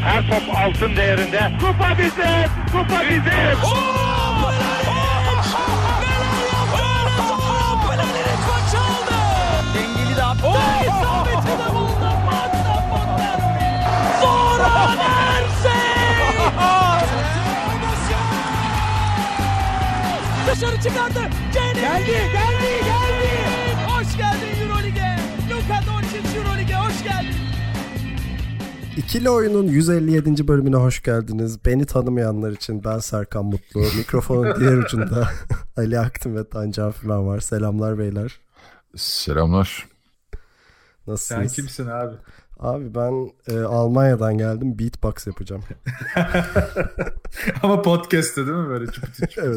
Her top altın değerinde. Kupa bizim! Kupa bizim! Pjanic maçı aldı. Dengeli de attı. İsabeti de buldu. Maçta Fontaine. Zoran Ersin. Dışarı çıkardı. Geldi. Hoş geldin Euroleague'e. Luka Doncic Euroleague'e hoş geldin. İkili Oyun'un 157. bölümüne hoş geldiniz. Beni tanımayanlar için ben Serkan Mutlu. Mikrofonun diğer ucunda Ali Aktin ve Tancan Fümen var. Selamlar beyler. Selamlar. Nasılsınız? Sen kimsin abi? Abi ben Almanya'dan geldim. Beatbox yapacağım. Ama podcast'te değil mi böyle çıpıtı? Evet.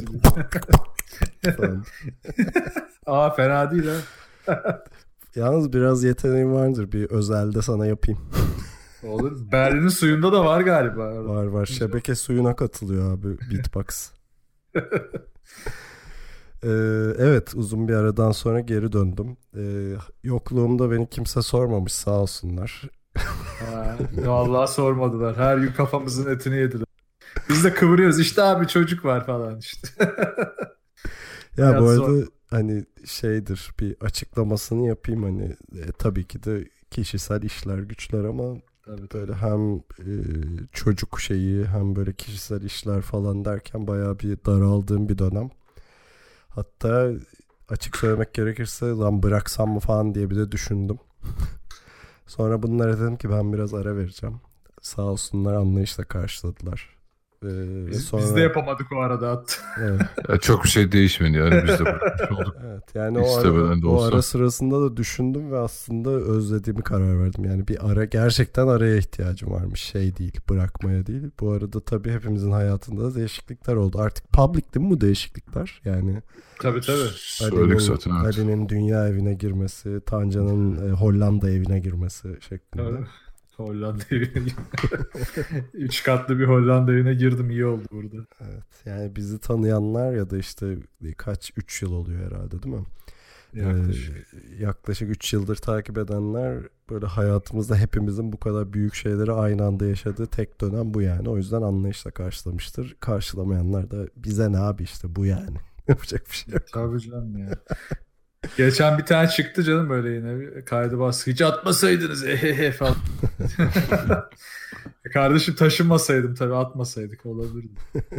Aa fena değil ha. Yalnız biraz yeteneğim vardır. Bir özelde sana yapayım. Olur. Berlin'in suyunda da var galiba. Var. Şebeke suyuna katılıyor abi Beatbox. Evet, uzun bir aradan sonra geri döndüm. Yokluğumda beni kimse sormamış, sağ olsunlar. Vallahi sormadılar. Her gün kafamızın etini yediler. Biz de kıvırıyoruz. İşte abi çocuk var falan işte. Ya Hayat bu arada zor. hani şeydir, bir açıklamasını yapayım, hani tabii ki de kişisel işler güçler ama Tabii. böyle hem çocuk şeyi hem böyle kişisel işler falan derken bayağı bir daraldığım bir dönem. Hatta açık söylemek gerekirse lan bıraksam mı falan diye bir de düşündüm. Sonra bunlara dedim ki ben biraz ara vereceğim. Sağ olsunlar, anlayışla karşıladılar. Biz de yapamadık o arada hatta. Evet. Ya çok bir şey değişmedi yani biz de bırakmış olduk. Evet, yani İstemeden de o olsa. ara sırasında da düşündüm ve aslında özlediğimi karar verdim. Yani bir ara, gerçekten araya ihtiyacım varmış. Şey değil, bırakmaya değil. Bu arada tabii hepimizin hayatında da değişiklikler oldu. Artık public değil mi bu değişiklikler? Yani Tabii. Söyledik zaten, evet. Ali'nin dünya evine girmesi, Tancan'ın Hollanda evine girmesi şeklinde. Evet. Hollanda evine 3 katlı bir Hollanda evine girdim, iyi oldu burada. Evet, yani bizi tanıyanlar ya da işte kaç 3 yıl oluyor herhalde değil mi? Yaklaşık 3 yıldır takip edenler böyle hayatımızda hepimizin bu kadar büyük şeyleri aynı anda yaşadığı tek dönem bu yani. O yüzden anlayışla karşılamıştır. Karşılamayanlar da bize ne abi işte bu yani. Yapacak bir şey yok. Tabii canım ya. Geçen bir tane çıktı canım böyle yine kaydı bas. Hiç atmasaydınız falan. Kardeşim taşınmasaydım tabii, atmasaydık olabilirdi.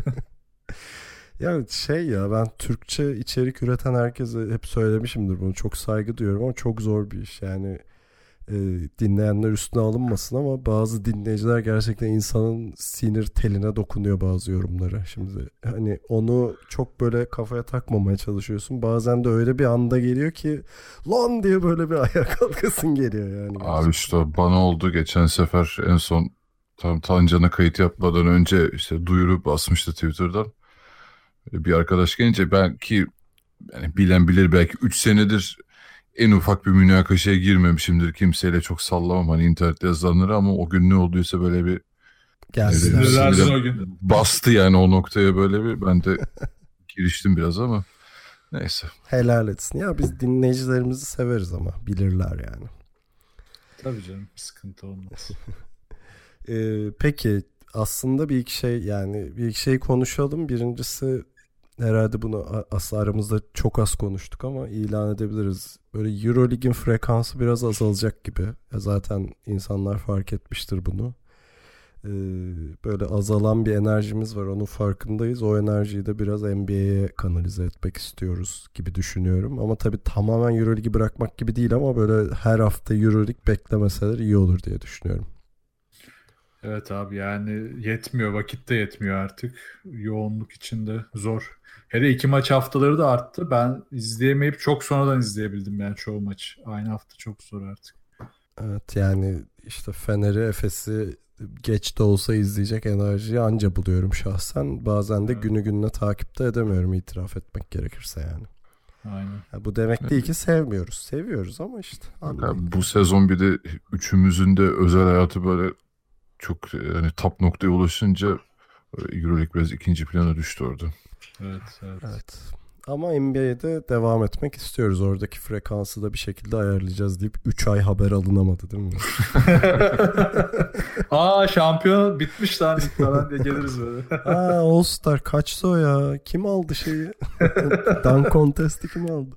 Ya ben Türkçe içerik üreten herkese hep söylemişimdir bunu. Çok saygı duyuyorum ama çok zor bir iş. Yani dinleyenler üstüne alınmasın ama bazı dinleyiciler gerçekten insanın sinir teline dokunuyor bazı yorumları. Şimdi hani onu çok böyle kafaya takmamaya çalışıyorsun. Bazen de öyle bir anda geliyor ki lan diye böyle bir ayağa kalkasın geliyor yani. Abi işte bana oldu geçen sefer, en son tam Tancan'a kayıt yapmadan önce işte duyuru basmıştı Twitter'dan. Bir arkadaş gelince, belki yani bilen bilir, belki 3 senedir en ufak bir münakaşaya girmemişimdir. Kimseyle çok sallamam hani internette yazılanları, ama o gün ne olduysa böyle bir Geldiler. O gün. bastı yani o noktaya, böyle bir ben de giriştim biraz ama neyse. Helal etsin. Ya biz dinleyicilerimizi severiz ama bilirler yani. Tabii canım, sıkıntı olmaz. Peki aslında bir iki şey konuşalım. Birincisi, herhalde bunu aslında aramızda çok az konuştuk ama ilan edebiliriz. Böyle Euroleague'in frekansı biraz azalacak gibi. Zaten insanlar fark etmiştir bunu. Böyle azalan bir enerjimiz var, onun farkındayız. O enerjiyi de biraz NBA'ye kanalize etmek istiyoruz gibi düşünüyorum. Ama tabii tamamen Euroleague'i bırakmak gibi değil, ama böyle her hafta Euroleague beklemeseler iyi olur diye düşünüyorum. Evet abi, yani yetmiyor, vakit de yetmiyor artık. Yoğunluk içinde zor. Hele 2 maç haftaları da arttı. Ben izleyemeyip çok sonradan izleyebildim yani çoğu maç. Aynı hafta çok zor artık. Evet, yani işte Fener'i, Efes'i geç de olsa izleyecek enerjiyi anca buluyorum şahsen. Bazen de günü gününe takipte edemiyorum, itiraf etmek gerekirse yani. Aynen. Ya bu demek değil ki sevmiyoruz. Seviyoruz ama işte. Yani bu sezon bir de üçümüzün de özel hayatı böyle çok hani top noktaya ulaşınca Euroleague biraz ikinci plana düştü orada. Evet. Evet. Ama NBA'de devam etmek istiyoruz. Oradaki frekansı da bir şekilde ayarlayacağız deyip 3 ay haber alınamadı değil mi? Şampiyon bitmiş lan falan diye geliriz böyle. All Star kaçtı o ya? Kim aldı şeyi? Dunk Contest'i kim aldı?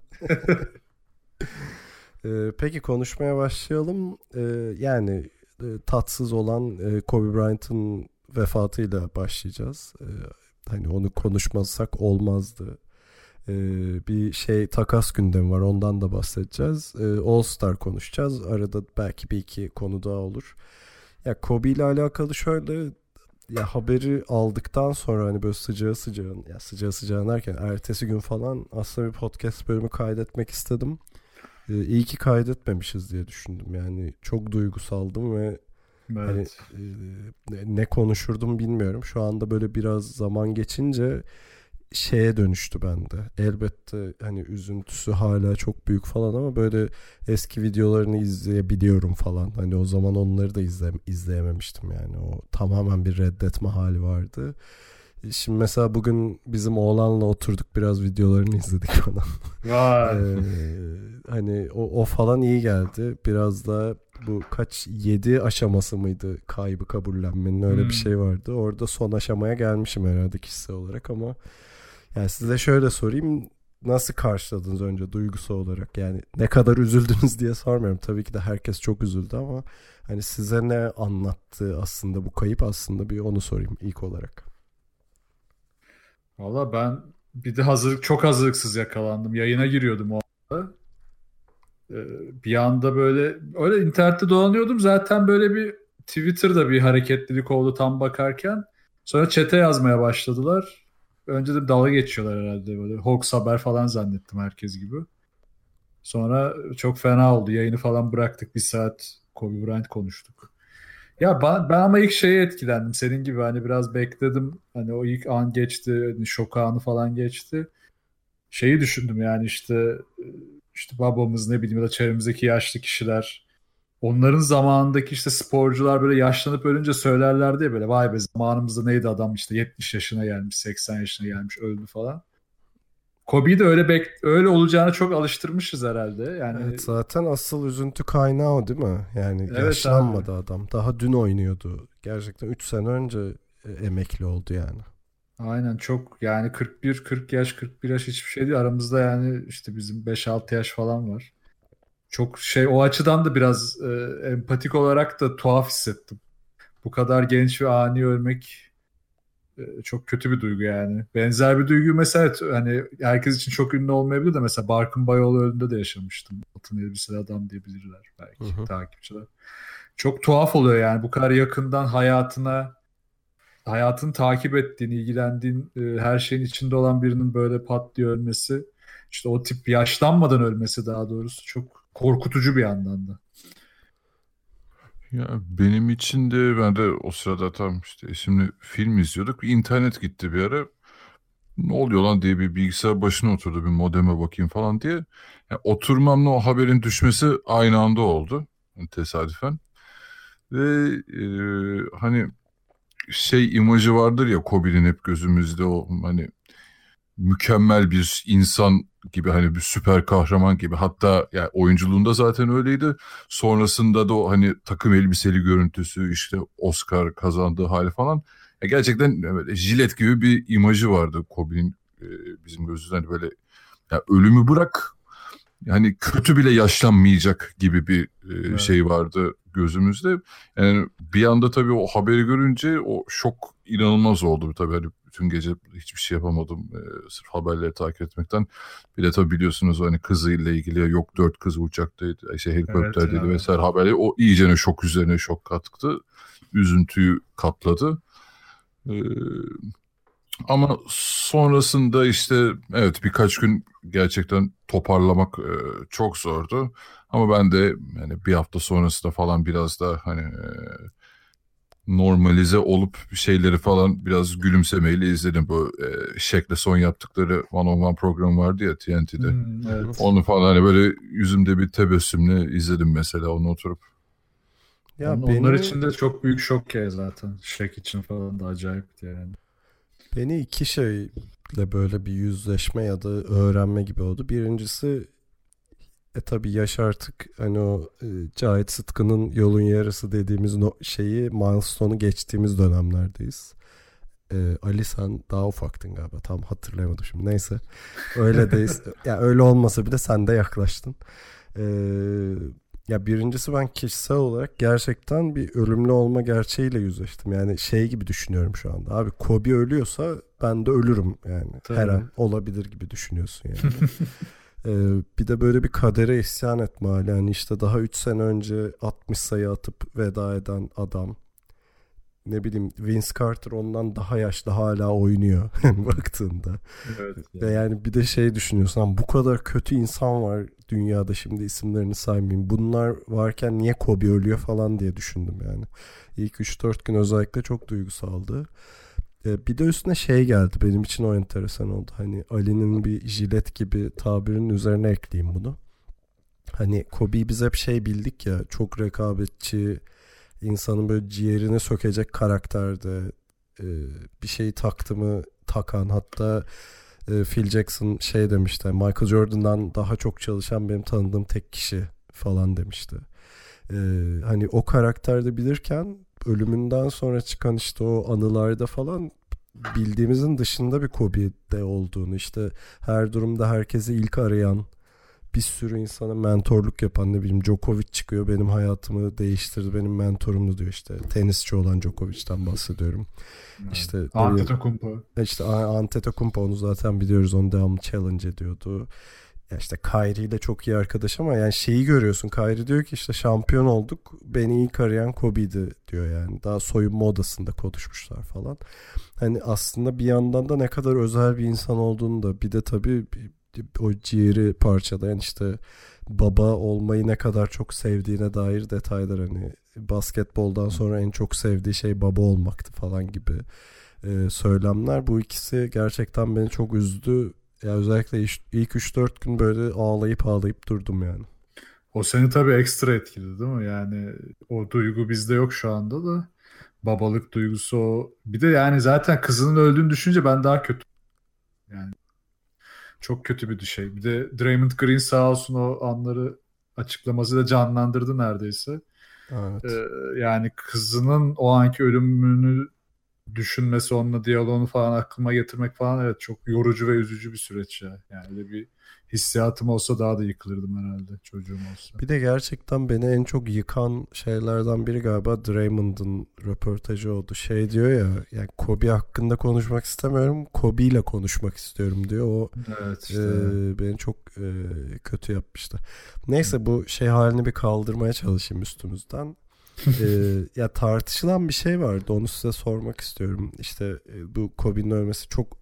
Peki konuşmaya başlayalım. Yani tatsız olan Kobe Bryant'ın vefatıyla başlayacağız. Hani onu konuşmazsak olmazdı. Bir takas gündemi var, ondan da bahsedeceğiz. All Star konuşacağız. Arada belki bir iki konu daha olur. Ya Kobe ile alakalı şöyle, ya haberi aldıktan sonra hani böyle sıcağı sıcağına derken ertesi gün falan aslında bir podcast bölümü kaydetmek istedim. İyi ki kaydetmemişiz diye düşündüm. Yani çok duygusaldım ve evet. Hani, ne konuşurdum bilmiyorum. Şu anda böyle biraz zaman geçince şeye dönüştü bende. Elbette hani üzüntüsü hala çok büyük falan ama böyle eski videolarını izleyebiliyorum falan. Hani o zaman onları da izleyememiştim yani. O tamamen bir reddetme hali vardı. Şimdi mesela bugün bizim oğlanla oturduk, biraz videolarını izledik falan. Hani o falan iyi geldi. Biraz da bu 7 aşaması mıydı kaybı kabullenmenin, öyle bir şey vardı. Orada son aşamaya gelmişim herhalde kişisel olarak ama yani size şöyle sorayım, nasıl karşıladınız önce duygusal olarak? Yani ne kadar üzüldünüz diye sormuyorum. Tabii ki de herkes çok üzüldü ama hani size ne anlattı aslında bu kayıp, aslında bir onu sorayım ilk olarak. Valla ben bir de çok hazırlıksız yakalandım. Yayına giriyordum o anda. Bir anda böyle öyle internette dolanıyordum. Zaten böyle bir Twitter'da bir hareketlilik oldu tam bakarken. Sonra chat'e yazmaya başladılar. Önce de dalga geçiyorlar herhalde, böyle hoax haber falan zannettim herkes gibi. Sonra çok fena oldu. Yayını falan bıraktık. 1 saat Kobe Bryant konuştuk. Ya ben ama ilk şeye etkilendim. Senin gibi hani biraz bekledim. Hani o ilk an geçti. Hani şok anı falan geçti. Şeyi düşündüm yani işte babamız, ne bileyim, ya da çevremizdeki yaşlı kişiler. Onların zamanındaki işte sporcular böyle yaşlanıp ölünce söylerlerdi ya, böyle vay be zamanımızda neydi adam, işte 70 yaşına gelmiş, 80 yaşına gelmiş, öldü falan. Kobe'yi de öyle olacağına çok alıştırmışız herhalde. Yani Evet, zaten asıl üzüntü kaynağı o değil mi? Yani evet yaşlanmadı abi. adam. Daha dün oynuyordu. Gerçekten 3 sene önce emekli oldu yani. Aynen, çok yani 40 yaş 41 yaş hiçbir şey değil. Aramızda yani işte bizim 5-6 yaş falan var. Çok o açıdan da biraz empatik olarak da tuhaf hissettim. Bu kadar genç ve ani ölmek çok kötü bir duygu yani. Benzer bir duygu mesela hani herkes için çok ünlü olmayabilir de mesela Barkın Bayoğlu öldüğünde de yaşamıştım. Altın elbiseli adam diyebilirler belki takipçiler. Çok tuhaf oluyor yani, bu kadar yakından hayatını takip ettiğin, ilgilendiğin, her şeyin içinde olan birinin böyle pat diye ölmesi, işte o tip yaşlanmadan ölmesi daha doğrusu, çok korkutucu bir yandan da. Ya benim için de, ben de o sırada tam işte isimli film izliyorduk. İnternet gitti bir ara. Ne oluyor lan diye bir bilgisayar başına oturdu, bir modeme bakayım falan diye. Ya oturmamla o haberin düşmesi aynı anda oldu. Yani tesadüfen. Ve hani imajı vardır ya Kobe'nin hep gözümüzde, o hani mükemmel bir insan gibi, hani bir süper kahraman gibi. Hatta yani oyunculuğunda zaten öyleydi. Sonrasında da o hani takım elbiseli görüntüsü, işte Oscar kazandığı hali falan. Ya gerçekten böyle jilet gibi bir imajı vardı Kobe'nin bizim gözümüzden. Hani böyle ya ölümü bırak, yani kötü bile yaşlanmayacak gibi bir şey vardı gözümüzde. Yani bir anda tabii o haberi görünce o şok inanılmaz oldu. Tabii hani bütün gece hiçbir şey yapamadım sırf haberleri takip etmekten. Bir de tabii biliyorsunuz hani kızıyla ilgili, yok 4 kızı uçaktaydı, helikopterdeydi Evet, vesaire haberleri. O iyicene şok üzerine şok kattı. Üzüntüyü katladı. Ama sonrasında işte evet, birkaç gün gerçekten toparlamak çok zordu. Ama ben de yani bir hafta sonrasında falan biraz da hani normalize olup bir şeyleri falan biraz gülümsemeyle izledim. Bu Shaq'le son yaptıkları One on One programı vardı ya TNT'de. Evet. Onu falan hani böyle yüzümde bir tebessümle izledim mesela, onu oturup. Ya Onlar için de çok büyük şok ya zaten. Shaq için falan da acayipti yani. Beni iki şeyle böyle bir yüzleşme ya da öğrenme gibi oldu. Birincisi tabii yaş artık hani o Cahit Sıtkı'nın yolun yarısı dediğimiz şeyi milestone'u geçtiğimiz dönemlerdeyiz. Ali sen daha ufaktın galiba, tam hatırlayamadım şimdi, neyse öyledeyiz. Ya öyle olmasa bile sen de yaklaştın. Ya birincisi ben kişisel olarak gerçekten bir ölümlü olma gerçeğiyle yüzleştim. Yani şey gibi düşünüyorum şu anda. Abi Kobe ölüyorsa ben de ölürüm yani. Tabii. Her an olabilir gibi düşünüyorsun yani. Bir de böyle bir kadere isyan etme hali. Yani işte daha 3 sene önce 60 sayı atıp veda eden adam. Ne bileyim Vince Carter ondan daha yaşlı hala oynuyor baktığında. Evet. Ve yani bir de şey düşünüyorsun, bu kadar kötü insan var dünyada, şimdi isimlerini saymayayım. Bunlar varken niye Kobe ölüyor falan diye düşündüm yani. İlk 3-4 gün özellikle çok duygusaldı. Bir de üstüne şey geldi, benim için o enteresan oldu. Hani Ali'nin bir jilet gibi tabirinin üzerine ekleyeyim bunu. Hani Kobe'yi biz hep şey bildik ya, çok rekabetçi, insanın böyle ciğerini sökecek karakterde, bir şeyi taktı mı takan, hatta Phil Jackson şey demişti, Michael Jordan'dan daha çok çalışan benim tanıdığım tek kişi falan demişti. Hani o karakterde bilirken ölümünden sonra çıkan işte o anılarda falan bildiğimizin dışında bir Kobe'de olduğunu, işte her durumda herkesi ilk arayan, bir sürü insana mentorluk yapan, ne bileyim Djokovic çıkıyor benim hayatımı değiştirdi, benim mentorumdu diyor, işte tenisçi olan Djokovic'ten bahsediyorum. Evet. İşte Antetokounmpo. işte Antetokounmpo, onu zaten biliyoruz, onu devamlı challenge ediyordu. Ya işte Kyrie ile çok iyi arkadaş ama yani şeyi görüyorsun, Kyrie diyor ki işte şampiyon olduk, beni ilk arayan Kobe'di diyor yani. Daha soyunma odasında konuşmuşlar falan. Hani aslında bir yandan da ne kadar özel bir insan olduğunu da, bir de tabii o ciğeri parçalayan, işte baba olmayı ne kadar çok sevdiğine dair detaylar, hani basketboldan sonra en çok sevdiği şey baba olmaktı falan gibi söylemler. Bu ikisi gerçekten beni çok üzdü. Ya özellikle ilk 3-4 gün böyle ağlayıp durdum yani. O seni tabii ekstra etkiledi değil mi? Yani o duygu bizde yok şu anda da. Babalık duygusu o. Bir de yani zaten kızının öldüğünü düşünce ben daha kötü. Yani çok kötü bir şey. Bir de Draymond Green sağ olsun o anları açıklamasıyla canlandırdı neredeyse. Evet. Yani kızının o anki ölümünü düşünmesi, onunla diyaloğunu falan aklıma getirmek falan, evet, çok yorucu ve üzücü bir süreç ya. Yani öyle bir hissiyatım olsa daha da yıkılırdım herhalde, çocuğum olsa. Bir de gerçekten beni en çok yıkan şeylerden biri galiba Draymond'ın röportajı oldu. Şey diyor ya, yani Kobe hakkında konuşmak istemiyorum, Kobe ile konuşmak istiyorum diyor. O Evet işte. beni çok kötü yapmıştı. Neyse, bu şey halini bir kaldırmaya çalışayım üstümüzden. Ya tartışılan bir şey vardı, onu size sormak istiyorum. İşte bu Kobe'nin ölmesi çok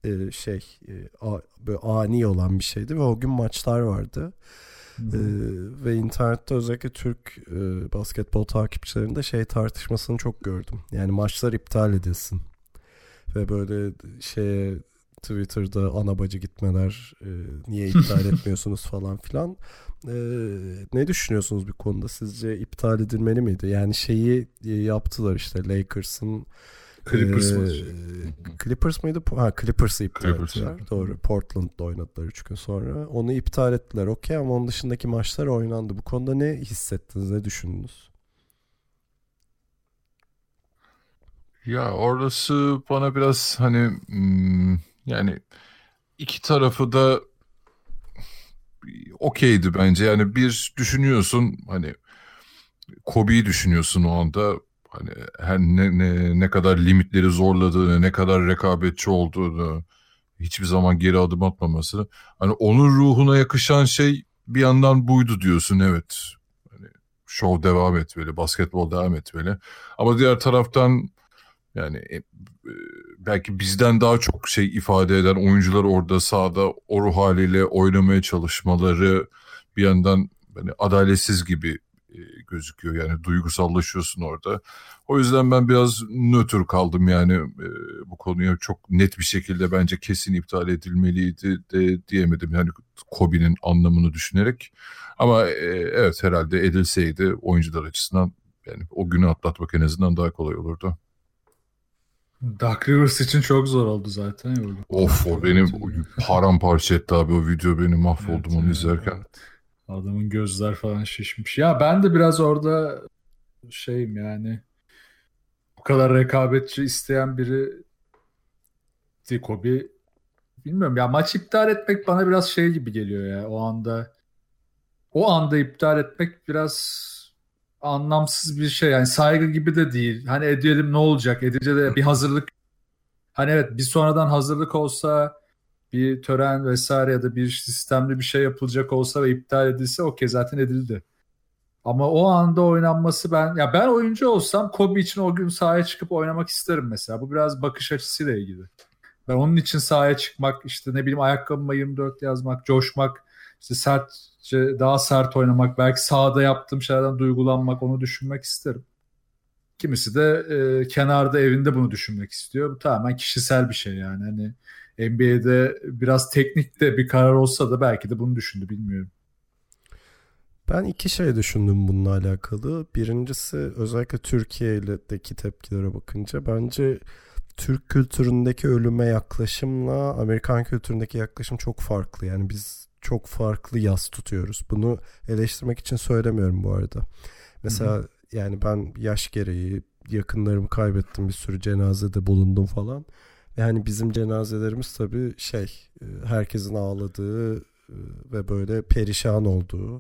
böyle ani olan bir şeydi ve o gün maçlar vardı. Ve internette özellikle Türk basketbol takipçilerinde şey tartışmasını çok gördüm. Yani maçlar iptal edilsin ve böyle Twitter'da ana bacı gitmeler, niye iptal etmiyorsunuz falan filan. Ne düşünüyorsunuz bir konuda? Sizce iptal edilmeli miydi? Yani şeyi yaptılar işte, Lakers'ın Clippers maçı. Clippers mıydı? Clippers'ı iptal Clippers. ettiler. Doğru. Portland'da oynadılar 3 gün sonra. Onu iptal ettiler. Okey, ama onun dışındaki maçlar oynandı. Bu konuda ne hissettiniz? Ne düşündünüz? Ya orası bana biraz hani yani iki tarafı da okeydi bence. Yani bir düşünüyorsun, hani Kobe'yi düşünüyorsun o anda. Hani her ne kadar limitleri zorladığını, ne kadar rekabetçi olduğunu, hiçbir zaman geri adım atmaması. Hani onun ruhuna yakışan şey bir yandan buydu diyorsun, evet. Hani şov devam etmeli, basketbol devam etmeli. Ama diğer taraftan yani belki bizden daha çok şey ifade eden oyuncular orada sahada o ruh haliyle oynamaya çalışmaları bir yandan hani adaletsiz gibi gözüküyor. Yani duygusallaşıyorsun orada. O yüzden ben biraz nötr kaldım yani bu konuya çok net bir şekilde bence kesin iptal edilmeliydi de diyemedim. Yani Kobe'nin anlamını düşünerek. Ama evet, herhalde edilseydi oyuncular açısından yani o günü atlatmak en azından daha kolay olurdu. Duck Rivers için çok zor oldu zaten. Öyle. Of, o benim paramparça etti abi o video, beni mahvoldum Evet, onu izlerken. evet. Adamın gözler falan şişmiş. Ya ben de biraz orada şeyim yani, bu kadar rekabetçi isteyen biri Kobe, bilmiyorum ya, maç iptal etmek bana biraz şey gibi geliyor ya o anda iptal etmek biraz anlamsız bir şey yani, saygı gibi de değil. Hani edelim, ne olacak, edince de bir hazırlık, hani evet bir sonradan hazırlık olsa, bir tören vesaire ya da bir sistemli bir şey yapılacak olsa ve iptal edilse okey, zaten edildi. Ama o anda oynanması, ben oyuncu olsam Kobe için o gün sahaya çıkıp oynamak isterim mesela. Bu biraz bakış açısıyla ilgili. Ben onun için sahaya çıkmak, işte ne bileyim ayakkabıma 24 yazmak, coşmak, işte daha sert oynamak, belki sahada yaptığım şeylerden duygulanmak, onu düşünmek isterim. Kimisi de kenarda evinde bunu düşünmek istiyor. Bu tamamen kişisel bir şey yani. Hani NBA'de biraz teknik de bir karar olsa da belki de bunu düşündü, bilmiyorum. Ben iki şey düşündüm bununla alakalı. Birincisi, özellikle Türkiye'deki tepkilere bakınca bence Türk kültüründeki ölüme yaklaşımla Amerikan kültüründeki yaklaşım çok farklı. Yani biz çok farklı yas tutuyoruz. Bunu eleştirmek için söylemiyorum bu arada. Mesela yani ben yaş gereği yakınlarımı kaybettim, bir sürü cenazede bulundum falan. Yani bizim cenazelerimiz tabii herkesin ağladığı ve böyle perişan olduğu,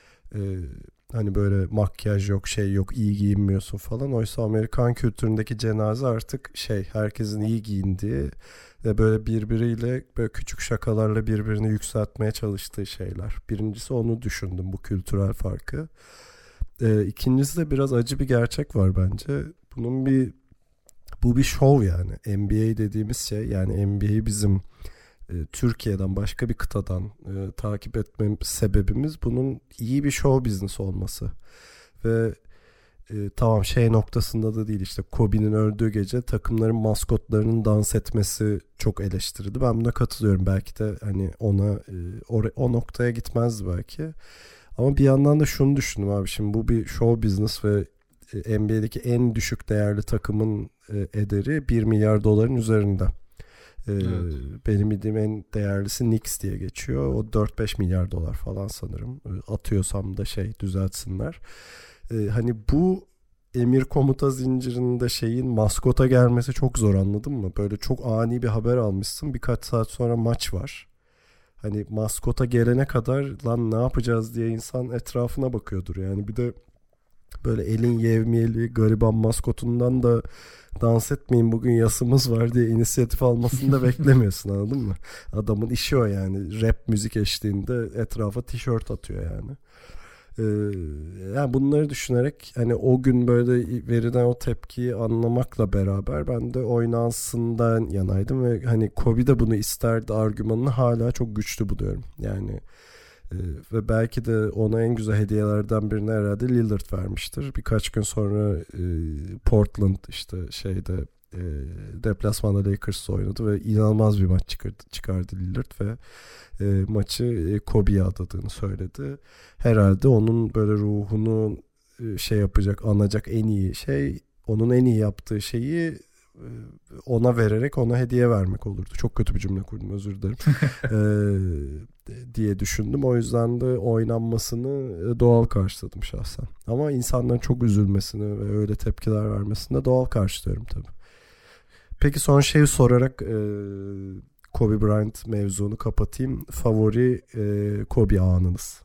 hani böyle makyaj yok, şey yok, iyi giyinmiyorsun falan. Oysa Amerikan kültüründeki cenaze artık herkesin iyi giyindiği ve böyle birbiriyle böyle küçük şakalarla birbirini yükseltmeye çalıştığı şeyler. Birincisi, onu düşündüm, bu kültürel farkı. İkincisi de biraz acı bir gerçek var bence. Bu bir şov yani. NBA dediğimiz şey, yani NBA'yi bizim Türkiye'den, başka bir kıtadan takip etmem sebebimiz bunun iyi bir show business olması. Ve tamam, noktasında da değil, işte Kobe'nin öldüğü gece takımların maskotlarının dans etmesi çok eleştirildi. Ben buna katılıyorum. Belki de hani o noktaya gitmezdi belki. Ama bir yandan da şunu düşündüm abi, şimdi bu bir show business ve NBA'deki en düşük değerli takımın ederi 1 milyar doların üzerinde. Evet. Benim bildiğim en değerlisi Knicks diye geçiyor. O 4-5 milyar dolar falan sanırım. Atıyorsam da düzeltsinler. Hani bu emir komuta zincirinde maskota gelmesi çok zor, anladın mı? Böyle çok ani bir haber almışsın. Birkaç saat sonra maç var. Hani maskota gelene kadar lan ne yapacağız diye insan etrafına bakıyordur. Yani bir de böyle elin yevmiyeli gariban maskotundan da dans etmeyin bugün yasımız var diye inisiyatif almasını da beklemiyorsun, anladın mı? Adamın işi o yani. Rap müzik eşliğinde etrafa tişört atıyor yani. Yani bunları düşünerek hani o gün böyle verilen o tepkiyi anlamakla beraber ben de oynansından yanaydım ve hani Kobe de bunu isterdi argümanını hala çok güçlü buluyorum. Yani ve belki de ona en güzel hediyelerden birini herhalde Lillard vermiştir. Birkaç gün sonra Portland deplasmanda Lakers'la oynadı ve inanılmaz bir maç çıkardı Lillard ve maçı Kobe'ye adadığını söyledi. Herhalde onun böyle ruhunu anacak en iyi onun en iyi yaptığı şeyi ona vererek ona hediye vermek olurdu. Çok kötü bir cümle kurdum, özür dilerim. Diye düşündüm. O yüzden de oynanmasını doğal karşıladım şahsen. Ama insanların çok üzülmesini ve öyle tepkiler vermesini de doğal karşılıyorum tabii. Peki son şeyi sorarak Kobe Bryant mevzunu kapatayım. Favori Kobe anınız?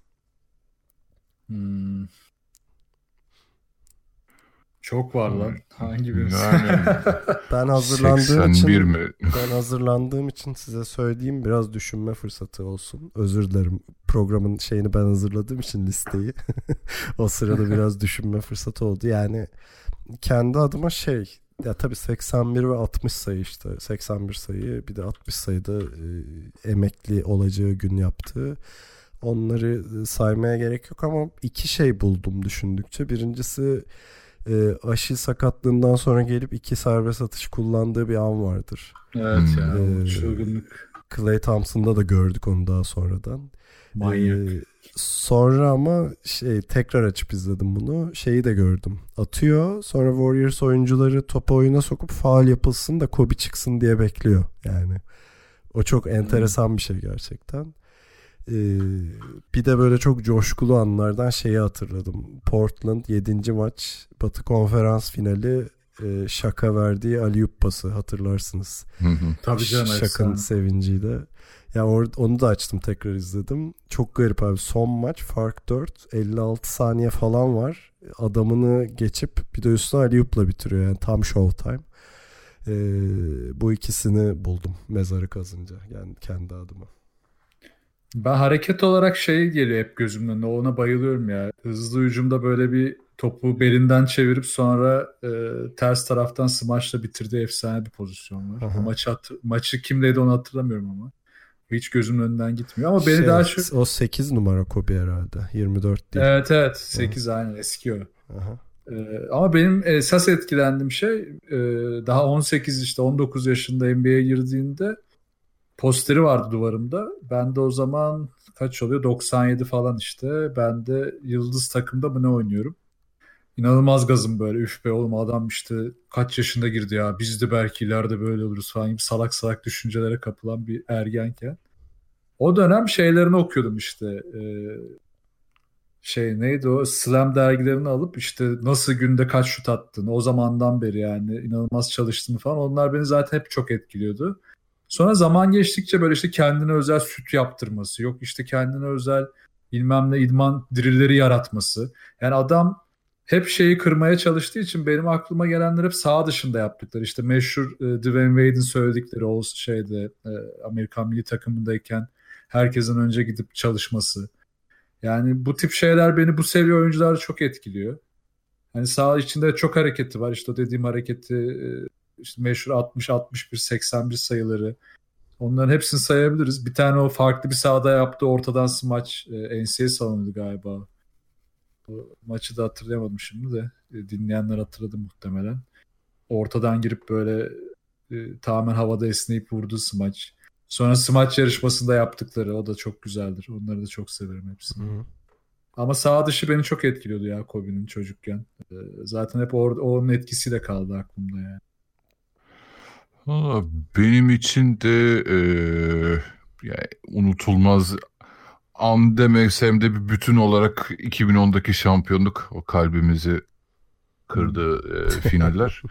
Çok var lan. Hangi birisi? Ben hazırlandığım için size söyleyeyim, biraz düşünme fırsatı olsun. Özür dilerim. Programın ben hazırladığım için listeyi. O sırada biraz düşünme fırsatı oldu. Yani kendi adıma ya tabii 81 ve 60 sayı 81 sayı, bir de 60 sayıda emekli olacağı gün yaptığı. Onları saymaya gerek yok ama iki buldum düşündükçe. Birincisi, Aşil sakatlığından sonra gelip 2 serbest atış kullandığı bir an vardır. Evet ya, çılgınlık. Klay Thompson'da da gördük onu daha sonradan. Manyak. Sonra ama tekrar açıp izledim bunu. Şeyi de gördüm. Atıyor. Sonra Warriors oyuncuları topu oyuna sokup faul yapılsın da Kobe çıksın diye bekliyor. Yani o çok enteresan bir şey gerçekten. Bir de böyle çok coşkulu anlardan şeyi hatırladım. Portland 7. maç Batı Konferans finali, Shaq'a verdiği alley-oop pası hatırlarsınız. Tabii canım. Shaq'ın sevinciyle. Ya onu da açtım, tekrar izledim. Çok garip abi. Son maç fark 4. 56 saniye falan var. Adamını geçip bir de üstüne alley-oop'la bitiriyor. Yani tam showtime. Bu ikisini buldum mezarı kazınca. Yani kendi adıma. Ben hareket olarak şey geliyor hep gözümün önüne. Ona bayılıyorum ya. Hızlı hücumda böyle bir topu belinden çevirip sonra ters taraftan smaçla bitirdiği efsane bir pozisyon var. Maçı kimdeydi onu hatırlamıyorum ama. Hiç gözümün önünden gitmiyor. Ama beni daha çok... O 8 numara Kobe herhalde. 24 değil. Evet. 8 aynen eski o. Ama benim esas etkilendiğim şey daha 18 işte 19 yaşında NBA'ye girdiğinde posteri vardı duvarımda. Ben de o zaman kaç oluyor? 97 falan işte. Ben de Yıldız takımda mı ne oynuyorum? İnanılmaz gazım böyle. Üf be oğlum, adam işte kaç yaşında girdi ya. Biz de belki ileride böyle oluruz falan gibi salak salak düşüncelere kapılan bir ergenken. O dönem şeylerini okuyordum işte. Neydi o? Slam dergilerini alıp işte nasıl günde kaç şut attığını, o zamandan beri yani inanılmaz çalıştığını falan. Onlar beni zaten hep çok etkiliyordu. Sonra zaman geçtikçe böyle işte kendine özel süt yaptırması, yok işte kendine özel bilmem ne idman drilleri yaratması. Yani adam hep şeyi kırmaya çalıştığı için benim aklıma gelenler hep saha dışında yaptıkları. İşte meşhur Dwayne Wade'in söyledikleri o Amerikan milli takımındayken herkesten önce gidip çalışması. Yani bu tip şeyler beni bu seviye oyuncularda çok etkiliyor. Hani saha içinde çok hareketi var. İşte o dediğim hareketi, işte meşhur 60, 61, 81 sayıları. Onların hepsini sayabiliriz. Bir tane o farklı bir sahada yaptığı ortadan smaç, NCAA salonuydu galiba. O maçı da hatırlayamadım şimdi de. Dinleyenler hatırladı muhtemelen. Ortadan girip böyle tamamen havada esneyip vurduğu smaç. Sonra smaç yarışmasında yaptıkları, o da çok güzeldir. Onları da çok severim hepsini. Ama saha dışı beni çok etkiliyordu ya Kobe'nin çocukken. Zaten hep onun etkisiyle kaldı aklımda yani. Benim için de yani unutulmaz an demesem de bir bütün olarak 2010'daki şampiyonluk, o kalbimizi kırdı finaller.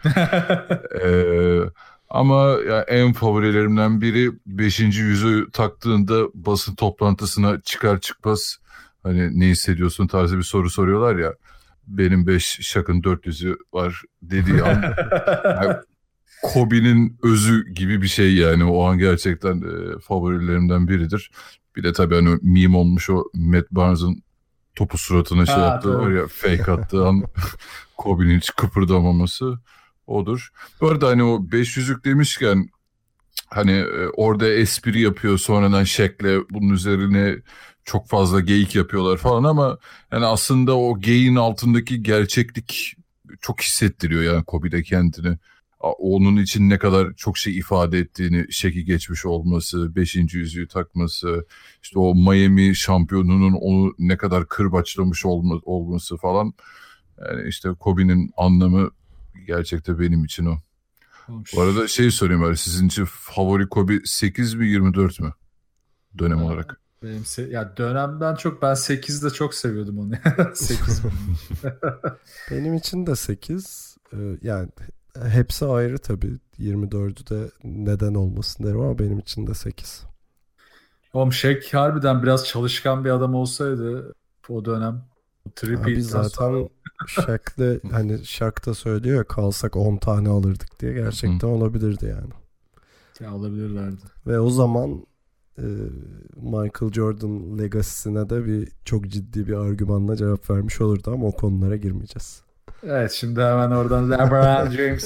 Ama ya en favorilerimden biri 5. yüzüğü taktığında basın toplantısına çıkar çıkmaz hani ne hissediyorsun tarzı bir soru soruyorlar ya. Benim 5 Shaq'ın 4 yüzüğü var dediği an yani Kobe'nin özü gibi bir şey yani. O an gerçekten favorilerimden biridir. Bir de tabii hani meme olmuş o Matt Barnes'ın topu suratına yaptığı var ya, fake attığı an Kobe'nin hiç kıpırdamaması odur. Bu arada hani o 500'lük demişken hani orada espri yapıyor sonradan Shaq'le bunun üzerine çok fazla geyik yapıyorlar falan ama yani aslında o geyiğin altındaki gerçeklik çok hissettiriyor yani Kobe'de kendini. Onun için ne kadar çok şey ifade ettiğini, Shaq'i geçmiş olması, 5. yüzüğü takması, işte o Miami şampiyonunun onu ne kadar kırbaçlamış olması falan. Yani işte Kobe'nin anlamı gerçekten benim için o. Bu arada sorayım abi, sizin için favori Kobe 8 mi 24 mü dönem olarak? Benim dönemden çok ben 8'de çok seviyordum onu. 8 Benim için de 8. Yani hepsi ayrı tabii. 24'ü de neden olmasın derim ama benim için de 8. Oğlum Shaq harbiden biraz çalışkan bir adam olsaydı o dönem. Abi zaten Shaq'le hani Shaq da söylüyor ya, kalsak 10 tane alırdık diye, gerçekten olabilirdi yani. Ya olabilirlerdi. Ve o zaman Michael Jordan legacy'sine de bir çok ciddi bir argümanla cevap vermiş olurdu ama o konulara girmeyeceğiz. Evet, şimdi hemen oradan LeBron James.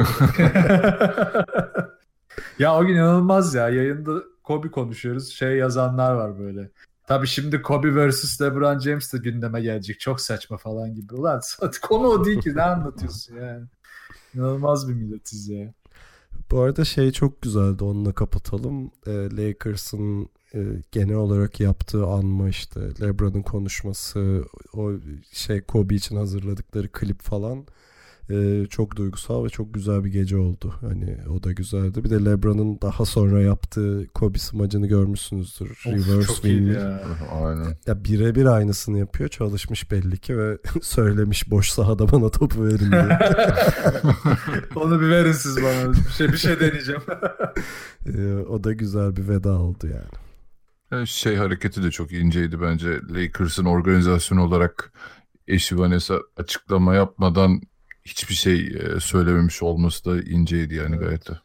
Ya o gün inanılmaz ya, yayında Kobe konuşuyoruz, yazanlar var böyle. Tabii şimdi Kobe vs. LeBron James de gündeme gelecek, çok saçma falan gibi. Ulan konu o değil ki, ne anlatıyorsun yani. İnanılmaz bir milletiz ya. Bu arada şey çok güzeldi, onunla kapatalım. Lakers'ın genel olarak yaptığı anma, işte LeBron'un konuşması, o şey Kobe için hazırladıkları klip falan çok duygusal ve çok güzel bir gece oldu. Hani o da güzeldi. Bir de LeBron'un daha sonra yaptığı Kobe smacını görmüşsünüzdür. Of, Reverse çok iyiydi wing. ya. Aynen. Ya birebir aynısını yapıyor. Çalışmış belli ki ve söylemiş boş sahada bana topu verin diye. Onu bir verin siz bana. Bir şey deneyeceğim. O da güzel bir veda oldu yani. Yani şey hareketi de çok inceydi bence. Lakers'ın organizasyon olarak eşi Vanessa açıklama yapmadan hiçbir şey söylememiş olması da inceydi yani, Evet. gayet de.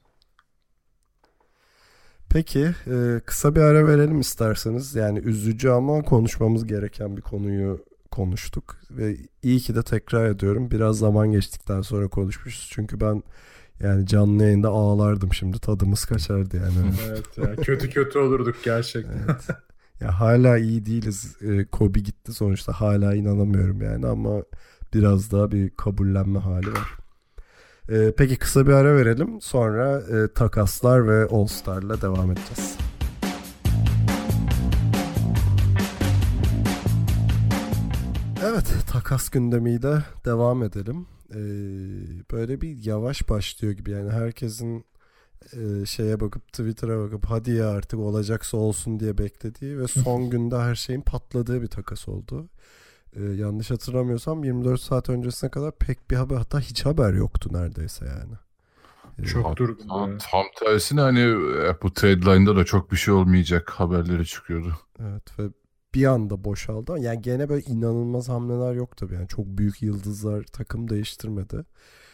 Peki kısa bir ara verelim isterseniz. Yani üzücü ama konuşmamız gereken bir konuyu konuştuk. Ve iyi ki de tekrar ediyorum. Biraz zaman geçtikten sonra konuşmuşuz. Çünkü ben yani canlı yayında ağlardım şimdi. Tadımız kaçardı yani. Evet ya, kötü olurduk gerçekten. Evet. Ya hala iyi değiliz. Kobe gitti sonuçta. Hala inanamıyorum yani ama biraz daha bir kabullenme hali var. Peki kısa bir ara verelim. Sonra takaslar ve All Star'la devam edeceğiz. Evet, takas gündemiyle devam edelim. Böyle bir yavaş başlıyor gibi. Yani herkesin şeye bakıp, Twitter'a bakıp hadi ya artık olacaksa olsun diye beklediği ve son günde her şeyin patladığı bir takas oldu. Yanlış hatırlamıyorsam 24 saat öncesine kadar pek bir haber, hatta hiç haber yoktu neredeyse yani. Çok durgun. Tam tersine hani bu trade line'da da çok bir şey olmayacak haberleri çıkıyordu. Evet ve bir anda boşaldı. Yani gene böyle inanılmaz hamleler yok tabii. Yani çok büyük yıldızlar takım değiştirmedi.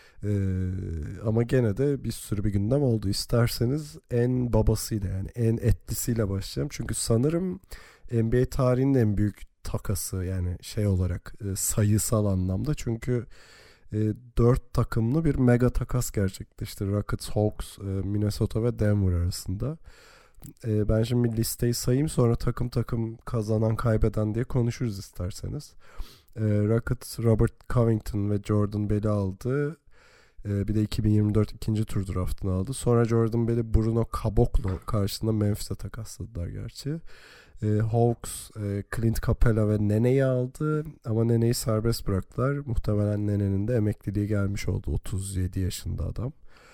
Ama gene de bir sürü bir gündem oldu. İsterseniz en babasıyla, yani en etlisiyle başlayalım. Çünkü sanırım NBA tarihinin en büyük takası, yani şey olarak sayısal anlamda. Çünkü 4 takımlı bir mega takas gerçekleşti. Rockets, Hawks, Minnesota ve Denver arasında. Ben şimdi bir listeyi sayayım, sonra takım takım kazanan kaybeden diye konuşuruz isterseniz. Rockets Robert Covington ve Jordan Bell'i aldı. Bir de 2024 ikinci tur draftını aldı. Sonra Jordan Bell'i Bruno Caboclo karşısında Memphis'e takasladılar gerçi. Hawks Clint Capela ve Nene'yi aldı ama Nene'yi serbest bıraktılar. Muhtemelen Nene'nin de emekliliği gelmiş oldu. 37 yaşında adam.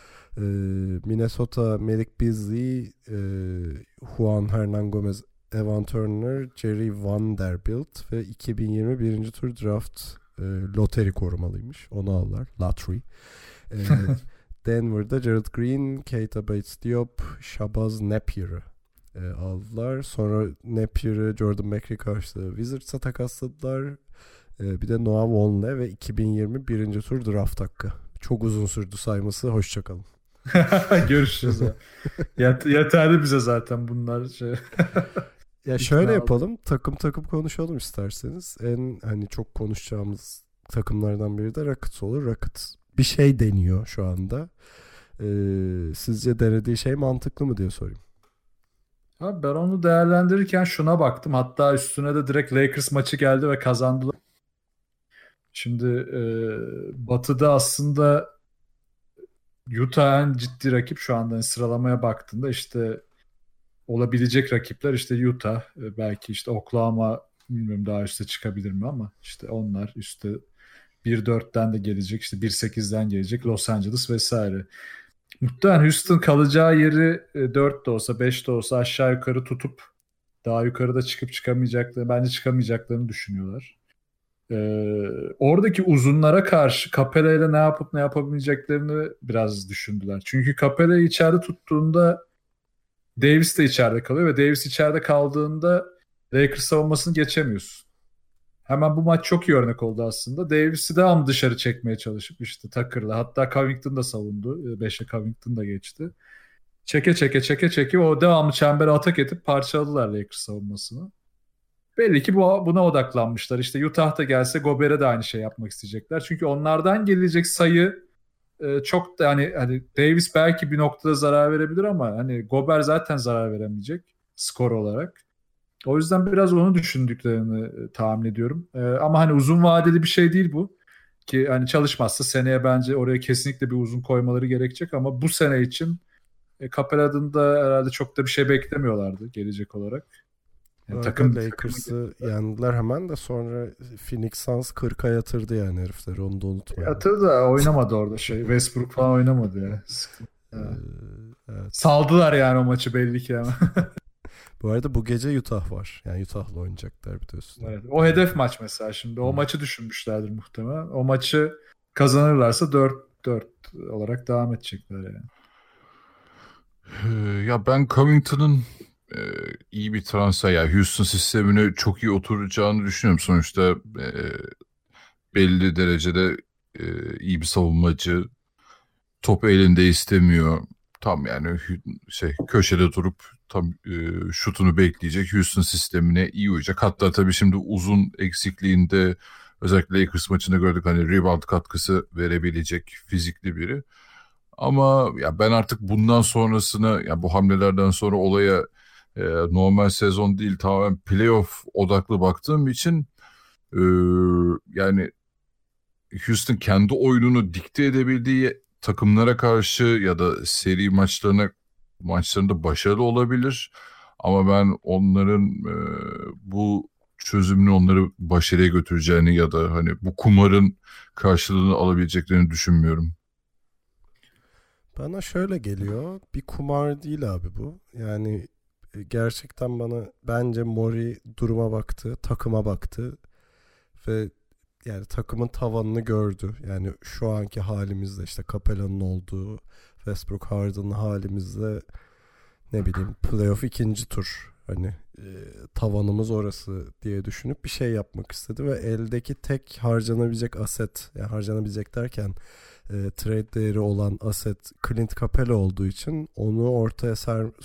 Minnesota Malik Beasley, Juan Hernan Gomez, Evan Turner, Jerry Vanderbilt ve 2020 birinci tur draft loteri korumalıymış. Onu aldılar. Lottery. Denver'da Gerald Green, Keita Bates-Diop, Shabazz Napier'ı aldılar. Sonra Napier'ı Jordan McRae karşısında Wizards'a takasladılar. Bir de Noah Vonleh ve 2020 birinci tur draft hakkı. Çok uzun sürdü sayması. Hoşçakalın. Görüşürüz. Yeterli bize zaten bunlar. Ya şöyle yapalım. Takım takım konuşalım isterseniz. En hani çok konuşacağımız takımlardan biri de Rockets olur. Rockets bir şey deniyor şu anda. Sizce denediği şey mantıklı mı diye sorayım. Abi ben onu değerlendirirken şuna baktım. Hatta üstüne de direkt Lakers maçı geldi ve kazandılar. Şimdi Batı'da aslında Utah en ciddi rakip şu anda. Yani sıralamaya baktığında işte olabilecek rakipler işte Utah, belki işte Oklahoma, bilmiyorum daha üste çıkabilir mi ama işte onlar üstte 1-4'ten de gelecek, işte 1-8'den gelecek Los Angeles vesaire. Muhtemelen Houston kalacağı yeri 4 de olsa 5 de olsa aşağı yukarı tutup daha yukarıda çıkıp çıkamayacaklarını, bence çıkamayacaklarını düşünüyorlar. Oradaki uzunlara karşı Capela ile ne yapıp ne yapabileceklerini biraz düşündüler. Çünkü Capela'yı içeride tuttuğunda Davis de içeride kalıyor ve Davis içeride kaldığında Lakers savunmasını geçemiyorsun. Hemen bu maç çok iyi örnek oldu aslında. Davis'i devamlı dışarı çekmeye çalışıp işte Tucker'la, hatta Covington da savundu. 5'e Covington da geçti. Çeke o devamlı çembere atak edip parçaladılar Lakers savunmasını. Belli ki buna odaklanmışlar. İşte Utah'ta gelse Gobert'e de aynı şey yapmak isteyecekler. Çünkü onlardan gelecek sayı çok da hani Davis belki bir noktada zarar verebilir ama hani Gobert zaten zarar veremeyecek skor olarak. O yüzden biraz onu düşündüklerini tahmin ediyorum. Ama hani uzun vadeli bir şey değil bu. Ki hani çalışmazsa seneye bence oraya kesinlikle bir uzun koymaları gerekecek ama bu sene için Capella'dan da herhalde çok da bir şey beklemiyorlardı gelecek olarak. Yani Takım Lakers'ı yendiler hemen de sonra Phoenix Suns 40'a yatırdı yani herifleri, onu da unutmayalım. Yatırdı da oynamadı orada Westbrook falan oynamadı ya. Evet. Saldılar yani o maçı belli ki ama. Bu arada bu gece Utah var. Yani Utah'la oynayacaklar biliyorsun. Evet, o hedef maç mesela şimdi. O maçı düşünmüşlerdir muhtemelen. O maçı kazanırlarsa 4-4 olarak devam edecekler yani. Ya ben Covington'ın iyi bir transfer, yani Houston sistemine çok iyi oturacağını düşünüyorum. Sonuçta belli derecede iyi bir savunmacı, top elinde istemiyor. Tam yani köşede durup tam şutunu bekleyecek, Houston sistemine iyi uyacak. Hatta tabii şimdi uzun eksikliğinde özellikle Lakers maçında gördük, hani rebound katkısı verebilecek fizikli biri. Ama ya ben artık bundan sonrasına, ya bu hamlelerden sonra olaya normal sezon değil tamamen playoff odaklı baktığım için yani Houston kendi oyununu dikte edebildiği takımlara karşı ya da seri maçlarında başarılı olabilir. Ama ben onların bu çözümünü onları başarıya götüreceğini ya da hani bu kumarın karşılığını alabileceklerini düşünmüyorum. Bana şöyle geliyor. Bir kumar değil abi bu. Yani gerçekten bence Mori duruma baktı, takıma baktı ve yani takımın tavanını gördü. Yani şu anki halimizde işte Capella'nın olduğu, Westbrook, Harden'ın halimizde ne bileyim playoff ikinci tur, hani tavanımız orası diye düşünüp bir şey yapmak istedi ve eldeki tek harcanabilecek aset, yani harcanabilecek derken trade değeri olan aset Clint Capella olduğu için onu ortaya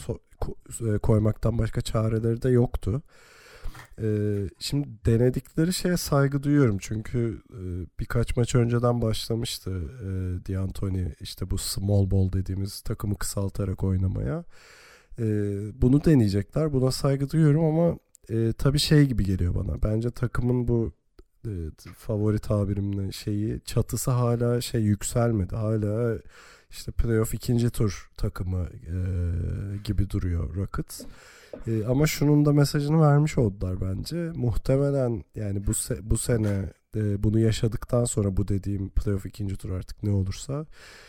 koymaktan başka çareleri de yoktu. Şimdi denedikleri şeye saygı duyuyorum çünkü birkaç maç önceden başlamıştı D'Antoni işte bu small ball dediğimiz takımı kısaltarak oynamaya. Bunu deneyecekler, buna saygı duyuyorum ama tabii şey gibi geliyor bana, bence takımın bu favori tabirimle çatısı hala yükselmedi, hala işte playoff ikinci tur takımı gibi duruyor Rockets. Ama şunun da mesajını vermiş oldular bence. Muhtemelen yani bu sene bunu yaşadıktan sonra, bu dediğim playoff ikinci tur artık ne olursa,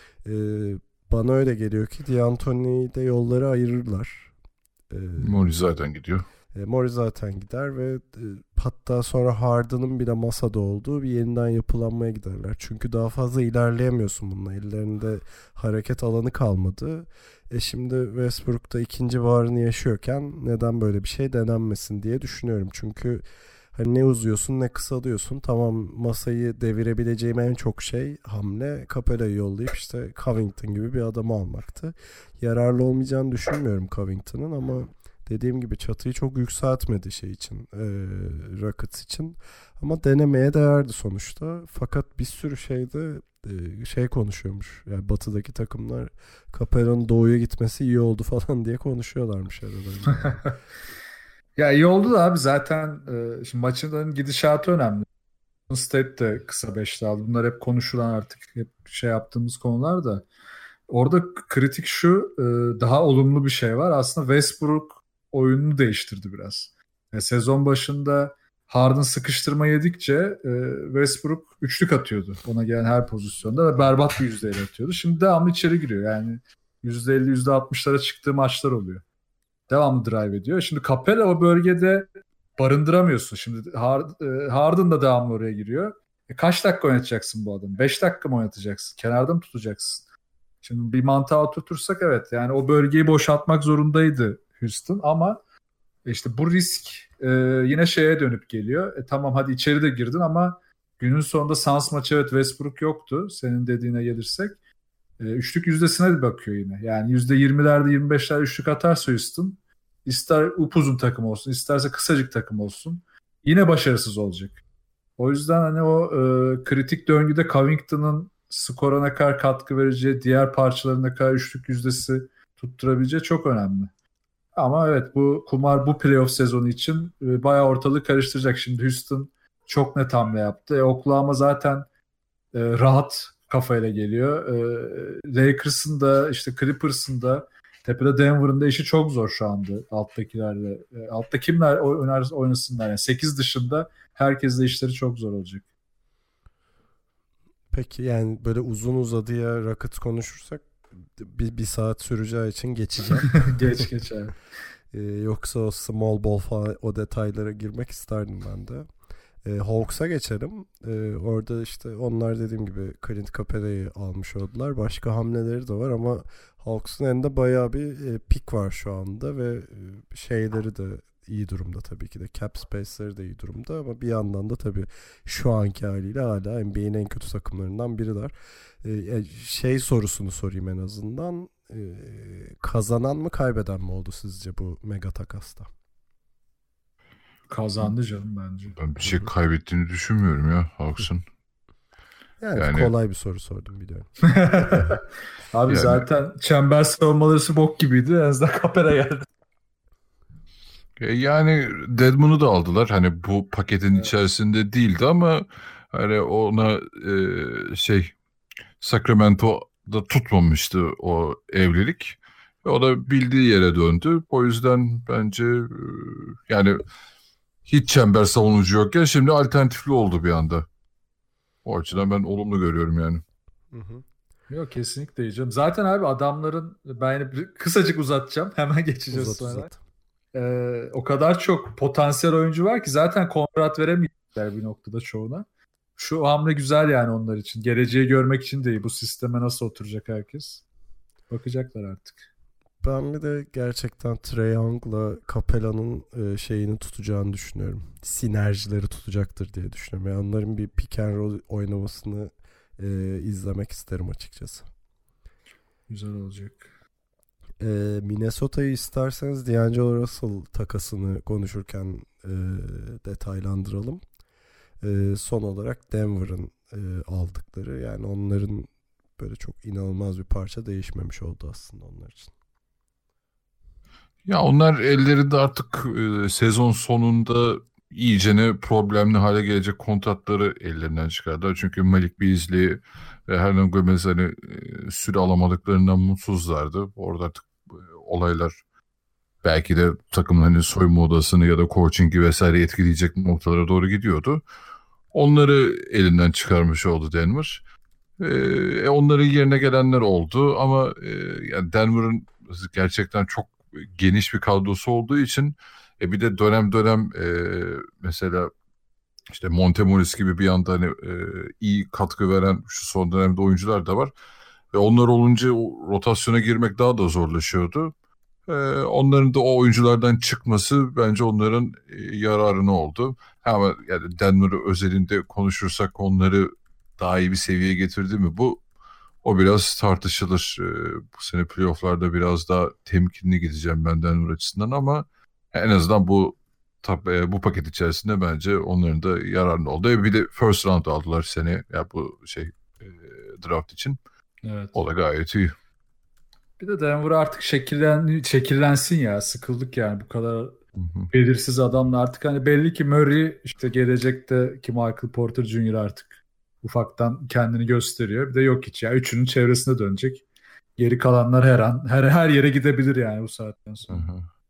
bana öyle geliyor ki D'Antoni'de yolları ayırırlar. Mori zaten gidiyor. Mori zaten gider ve hatta sonra Harden'ın bile masada olduğu bir yeniden yapılanmaya giderler. Çünkü daha fazla ilerleyemiyorsun bununla. Ellerinde hareket alanı kalmadı. Şimdi Westbrook'ta ikinci varını yaşıyorken neden böyle bir şey denenmesin diye düşünüyorum. Çünkü hani ne uzuyorsun ne kısalıyorsun. Tamam, masayı devirebileceğim en çok hamle Capella'yı yollayıp işte Covington gibi bir adamı almaktı. Yararlı olmayacağını düşünmüyorum Covington'ın ama dediğim gibi çatıyı çok yükseltmedi Rockets için. Ama denemeye değerdi sonuçta. Fakat bir sürü konuşuyormuş. Yani batıdaki takımlar Capella'nın doğuya gitmesi iyi oldu falan diye konuşuyorlarmış aralarında. Ya iyi oldu da abi zaten şimdi maçın gidişatı önemli. State de kısa beşli aldı. Bunlar hep konuşulan, artık hep yaptığımız konular da. Orada kritik şu, daha olumlu bir şey var. Aslında Westbrook oyununu değiştirdi biraz. Sezon başında Harden sıkıştırma yedikçe Westbrook üçlük atıyordu ona gelen her pozisyonda ve berbat bir yüzdeyle atıyordu. Şimdi devamlı içeri giriyor. Yani %50, %60'lara çıktığı maçlar oluyor. Devamlı drive ediyor. Şimdi Capella o bölgede barındıramıyorsun. Şimdi Harden da devamlı oraya giriyor. Kaç dakika oynatacaksın bu adamı? 5 dakika mı oynatacaksın? Kenarda mı tutacaksın? Şimdi bir mantığa oturtursak evet, yani o bölgeyi boşaltmak zorundaydı Houston ama işte bu risk yine dönüp geliyor. Tamam hadi içeri de girdin ama günün sonunda Suns maçı, evet Westbrook yoktu. Senin dediğine gelirsek. Üçlük yüzdesine de bakıyor yine. Yani %20'lerde 25'ler üçlük atarsa Houston, ister upuzun takım olsun isterse kısacık takım olsun, yine başarısız olacak. O yüzden hani o kritik döngüde Covington'ın skora ne kadar katkı vereceği, diğer parçaların ne kadar üçlük yüzdesi tutturabileceği çok önemli. Ama evet, bu kumar bu playoff sezonu için bayağı ortalığı karıştıracak. Şimdi Houston çok net hamle yaptı. Oklahoma zaten rahat kafayla geliyor. Lakers'ın da işte Clippers'ın da tepede Denver'ın da işi çok zor şu anda alttakilerle. Altta kimler oynasınlar yani 8 dışında herkesle işleri çok zor olacak. Peki yani böyle uzun uzadıya Rockets konuşursak bir saat süreceği için geçeceğim. Geç abi. Yoksa o small ball falan o detaylara girmek isterdim ben de. Hawks'a geçelim. Orada işte onlar dediğim gibi Clint Capela'yı almış oldular. Başka hamleleri de var ama Hawks'un elinde bayağı bir pik var şu anda ve şeyleri de iyi durumda tabii ki de. Cap space'leri de iyi durumda ama bir yandan da tabii şu anki haliyle hala NBA'nin en kötü takımlarından biriler. Şey sorusunu sorayım en azından. Kazanan mı kaybeden mi oldu sizce bu mega takasta? Kazandı canım bence. Ben bir şey kaybettiğini düşünmüyorum ya Hawks'ın. Yani kolay bir soru sordum biliyorum. Abi Yani- zaten çember savunmaları bok gibiydi. En azından Capela geldi. Yani Deadman'ı da aldılar. Hani bu paketin içerisinde değildi ama hani ona Sacramento'da tutmamıştı o evlilik. Ve o da bildiği yere döndü. O yüzden bence yani hiç çember savunucu yokken şimdi alternatifli oldu bir anda. O açıdan ben olumlu görüyorum yani. Yok kesinlikle diyeceğim. Zaten abi adamların ben kısacık uzatacağım. Hemen geçeceğiz sonra. O kadar çok potansiyel oyuncu var ki zaten kontrat veremeyecekler bir noktada çoğuna. Şu hamle güzel yani onlar için. Geleceği görmek için de iyi. Bu sisteme nasıl oturacak herkes. Bakacaklar artık. Ben bir de gerçekten Trae Young'la Capela'nın şeyini tutacağını düşünüyorum. Sinerjileri tutacaktır diye düşünüyorum. Yani onların bir pick and roll oynamasını izlemek isterim açıkçası. Güzel olacak. Minnesota'yı isterseniz D'Angelo Russell takasını konuşurken detaylandıralım. Son olarak Denver'ın aldıkları, yani onların böyle çok inanılmaz bir parça değişmemiş oldu aslında onlar için. Ya onlar ellerinde artık sezon sonunda iyicene problemli hale gelecek kontratları ellerinden çıkardılar. Çünkü Malik Beasley ve Hernan Gomez hani süre alamadıklarından mutsuzlardı. Orada artık olaylar belki de takımın hani soyunma odasını ya da coaching'i vesaire etkileyecek noktalara doğru gidiyordu. Onları elinden çıkarmış oldu Denver. Onların yerine gelenler oldu ama yani Denver'ın gerçekten çok geniş bir kadrosu olduğu için bir de dönem dönem mesela işte Monte gibi bir anda hani iyi katkı veren şu son dönemde oyuncular da var ve onlar olunca o rotasyona girmek daha da zorlaşıyordu. Onların da o oyunculardan çıkması bence onların yararına oldu. Ama yani Denver özelinde konuşursak onları daha iyi bir seviyeye getirdi mi o biraz tartışılır. Bu sene playoff'larda biraz daha temkinli gideceğim ben Denver açısından ama en azından bu paket içerisinde bence onların da yararlı oldu. Bir de first round aldılar sene ya bu draft için. Evet. O da gayet iyi. Bir de Denver artık şekillensin ya. Sıkıldık yani bu kadar belirsiz adamla. Artık hani belli ki Murray işte gelecekte ki Michael Porter Jr. artık ufaktan kendini gösteriyor. Bir de yok hiç ya. Üçünün çevresine dönecek. Geri kalanlar her an her yere gidebilir yani bu saatten sonra.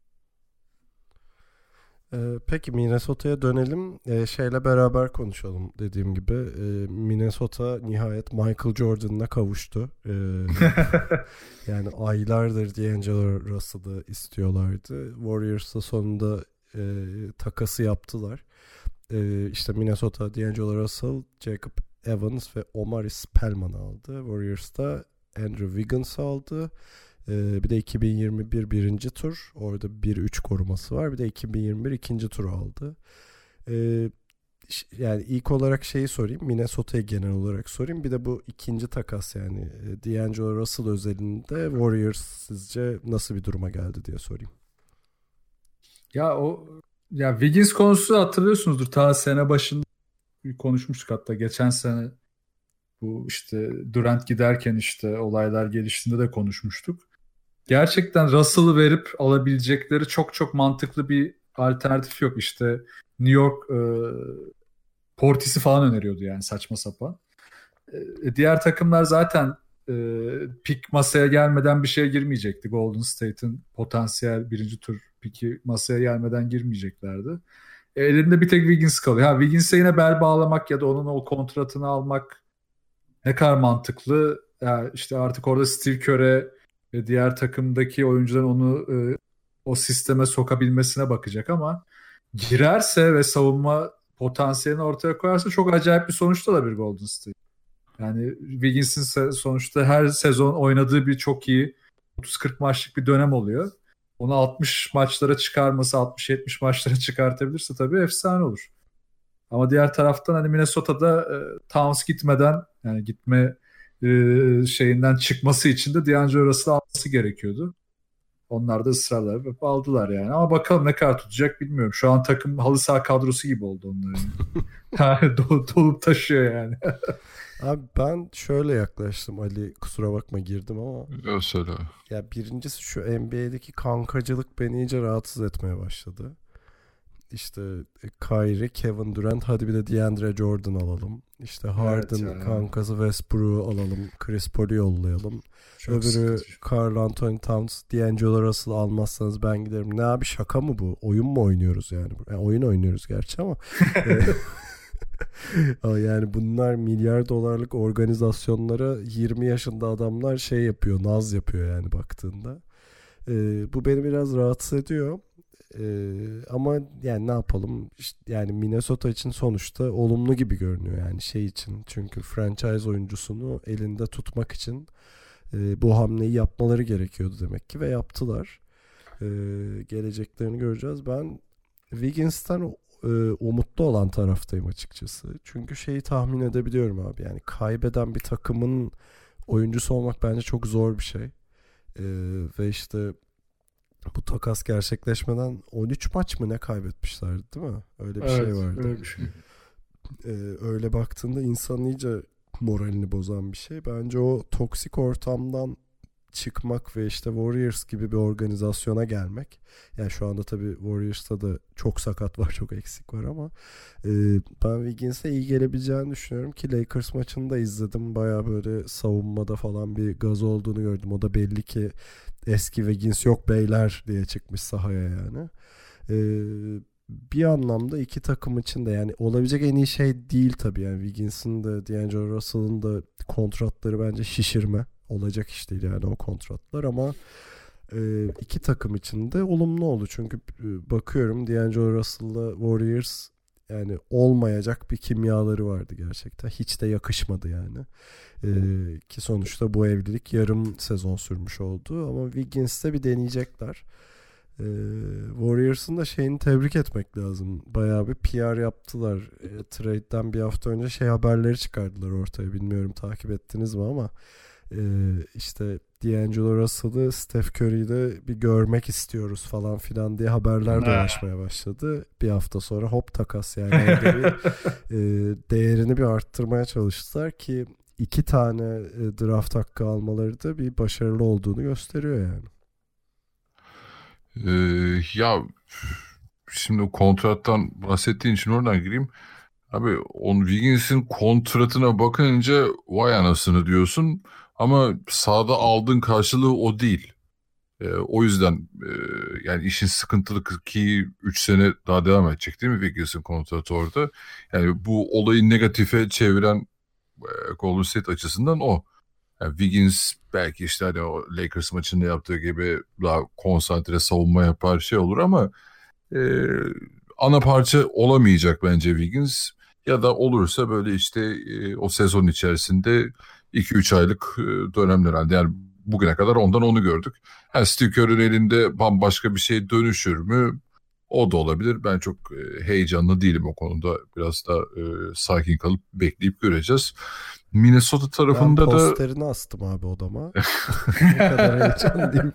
Peki Minnesota'ya dönelim. Şeyle beraber konuşalım dediğim gibi. Minnesota nihayet Michael Jordan'la kavuştu. Yani aylardır D'Angelo Russell'ı istiyorlardı. Warriors'ta sonunda takası yaptılar. İşte Minnesota D'Angelo Russell, Jacob Evans ve Omari Spellman'ı aldı. Warriors'ta Andrew Wiggins aldı. Bir de 2021 birinci tur. Orada 1-3 koruması var. Bir de 2021 ikinci tur aldı. Yani ilk olarak şeyi sorayım. Minnesota'yı genel olarak sorayım. Bir de bu ikinci takas yani D'Angelo Russell özelinde Warriors sizce nasıl bir duruma geldi diye sorayım. Ya Wiggins konusu hatırlıyorsunuzdur. Ta sene başında konuşmuştuk hatta. Geçen sene bu işte Durant giderken işte olaylar geliştiğinde de konuşmuştuk. Gerçekten Russell'ı verip alabilecekleri çok çok mantıklı bir alternatif yok. İşte New York Portis'i falan öneriyordu yani saçma sapan. Diğer takımlar zaten pik masaya gelmeden bir şeye girmeyecekti. Golden State'in potansiyel birinci tur piki masaya gelmeden girmeyeceklerdi. Elinde bir tek Wiggins kalıyor. Wiggins'e yine bel bağlamak ya da onun o kontratını almak ne kadar mantıklı. Yani işte artık orada Steve Kerr'e ve diğer takımdaki oyuncuların onu o sisteme sokabilmesine bakacak ama girerse ve savunma potansiyelini ortaya koyarsa çok acayip bir sonuçta da bir Golden State. Yani Wiggins'in sonuçta her sezon oynadığı bir çok iyi 30-40 maçlık bir dönem oluyor. Onu 60 maçlara çıkarması, 60-70 maçlara çıkartabilirse tabii efsane olur. Ama diğer taraftan hani Minnesota'da Towns gitmeden, yani gitme şeyinden çıkması için de D'Angelo Russell'ı alması gerekiyordu. Onlar da ısrarla yapıp aldılar yani. Ama bakalım ne kadar tutacak bilmiyorum. Şu an takım halı saha kadrosu gibi oldu onların. Yani dolup taşıyor yani. Abi ben şöyle yaklaştım, Ali kusura bakma girdim ama. Söyle. Ya birincisi şu NBA'deki kankacılık beni iyice rahatsız etmeye başladı. İşte Kyrie, Kevin Durant, hadi bir de DeAndre Jordan alalım. İşte Harden Evet kankası Westbrook'u alalım. Chris Paul'u yollayalım. Çok Öbürü sıkıcı. Karl Anthony Towns, D'Angelo Russell almazsanız ben giderim. Ne abi, şaka mı bu? Oyun mu oynuyoruz yani? Yani oyun oynuyoruz gerçi ama. Yani bunlar milyar dolarlık organizasyonlara 20 yaşında adamlar şey yapıyor, naz yapıyor yani baktığında. Bu beni biraz rahatsız ediyor. Ama yani ne yapalım işte, yani Minnesota için sonuçta olumlu gibi görünüyor yani şey için, çünkü franchise oyuncusunu elinde tutmak için bu hamleyi yapmaları gerekiyordu demek ki ve yaptılar. Geleceklerini göreceğiz. Ben Wiggins'ten umutlu olan taraftayım açıkçası, çünkü şeyi tahmin edebiliyorum abi, yani kaybeden bir takımın oyuncusu olmak bence çok zor bir şey. Ve işte bu takas gerçekleşmeden 13 maç mı ne kaybetmişlerdi değil mi? Öyle bir şey vardı. Öyle bir şey. Öyle baktığında insanın iyice moralini bozan bir şey. Bence o toksik ortamdan çıkmak ve işte Warriors gibi bir organizasyona gelmek. Yani şu anda tabii Warriors'ta da çok sakat var, çok eksik var ama ben Wiggins'e iyi gelebileceğini düşünüyorum ki Lakers maçını da izledim. Baya böyle savunmada falan bir gaz olduğunu gördüm. O da belli ki eski Wiggins yok beyler diye çıkmış sahaya yani. Bir anlamda iki takım için de yani olabilecek en iyi şey değil tabii. Yani Wiggins'in de D'Angelo Russell'ın da kontratları bence şişirme. Olacak iş değil yani o kontratlar ama iki takım için de olumlu oldu. Çünkü bakıyorum D'Angelo Russell'la Warriors yani olmayacak bir kimyaları vardı gerçekten. Hiç de yakışmadı yani. Ki sonuçta bu evlilik yarım sezon sürmüş oldu ama Wiggins'te bir deneyecekler. Warriors'ın da şeyini tebrik etmek lazım. Bayağı bir PR yaptılar. Trade'den bir hafta önce şey haberleri çıkardılar ortaya. Bilmiyorum takip ettiniz mi ama işte D'Angelo Russell'ı Steph Curry'de bir görmek istiyoruz falan filan diye haberler dolaşmaya başladı. Bir hafta sonra hop takas yani. Değerini bir arttırmaya çalıştılar ki 2 tane draft hakkı almaları da bir başarılı olduğunu gösteriyor yani. Ya şimdi o kontrattan bahsettiğin için oradan gireyim. Abi on Wiggins'in kontratına bakınca vay anasını diyorsun ama sahada aldığın karşılığı o değil. O yüzden yani işin sıkıntılı ki 3 sene daha devam edecek değil mi Wiggins'in kontratı orada. Yani bu olayı negatife çeviren Golden State açısından o. Yani Wiggins belki işte hani o Lakers maçında yaptığı gibi daha konsantre savunma yapar şey olur ama ana parça olamayacak bence Wiggins. Ya da olursa böyle işte o sezon içerisinde 2-3 aylık dönemler halde. Yani bugüne kadar ondan onu gördük. Yani Steve Kerr'ün elinde bambaşka bir şey dönüşür mü? O da olabilir. Ben çok heyecanlı değilim o konuda. Biraz da sakin kalıp bekleyip göreceğiz. Minnesota tarafında ben da... Ben posterini astım abi odama. Ne kadar heyecanlı değil mi?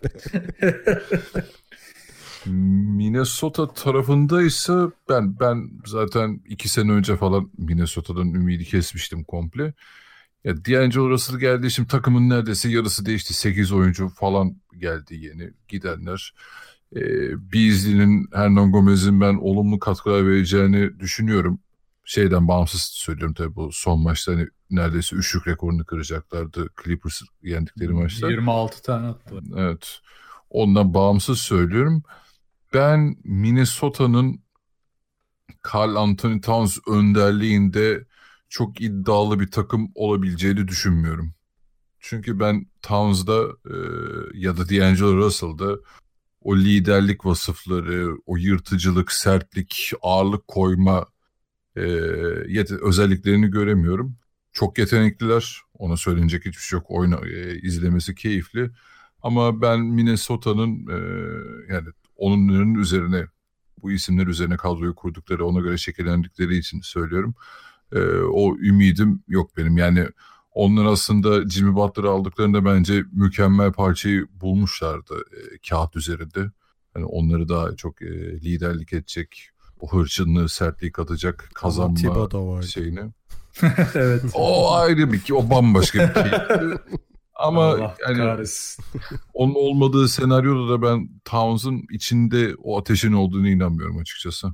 Minnesota tarafında ise ben zaten 2 sene önce falan Minnesota'dan ümidi kesmiştim komple. Ya D'Angelo Russell geldi, şimdi takımın neredeyse yarısı değişti. 8 oyuncu falan geldi yeni gidenler. Beasley'nin, Hernan Gomez'in ben olumlu katkılar vereceğini düşünüyorum. Şeyden bağımsız söylüyorum tabii, bu son maçta hani neredeyse üçlük rekorunu kıracaklardı Clippers yendikleri maçta. 26 tane attı. Evet. Ondan bağımsız söylüyorum. Ben Minnesota'nın Karl Anthony Towns önderliğinde çok iddialı bir takım olabileceğini düşünmüyorum. Çünkü ben Towns'da ya da D'Angelo Russell'da o liderlik vasıfları, o yırtıcılık, sertlik, ağırlık koyma özelliklerini göremiyorum. Çok yetenekliler. Ona söylenecek hiçbir şey yok. İzlemesi keyifli. Ama ben Minnesota'nın yani onların üzerine, bu isimler üzerine kadroyu kurdukları, ona göre şekillendikleri için söylüyorum. O ümidim yok benim. Yani onlar aslında Jimmy Butler'ı aldıklarında bence mükemmel parçayı bulmuşlardı kağıt üzerinde. Yani onları daha çok liderlik edecek, o hırçınlığı, sertliği katacak, kazanma şeyini. Evet. O ayrı bir ki, o bambaşka bir şey. Ama Allah yani kahretsin. onun olmadığı senaryoda da ben Towns'ın içinde o ateşin olduğunu inanmıyorum açıkçası.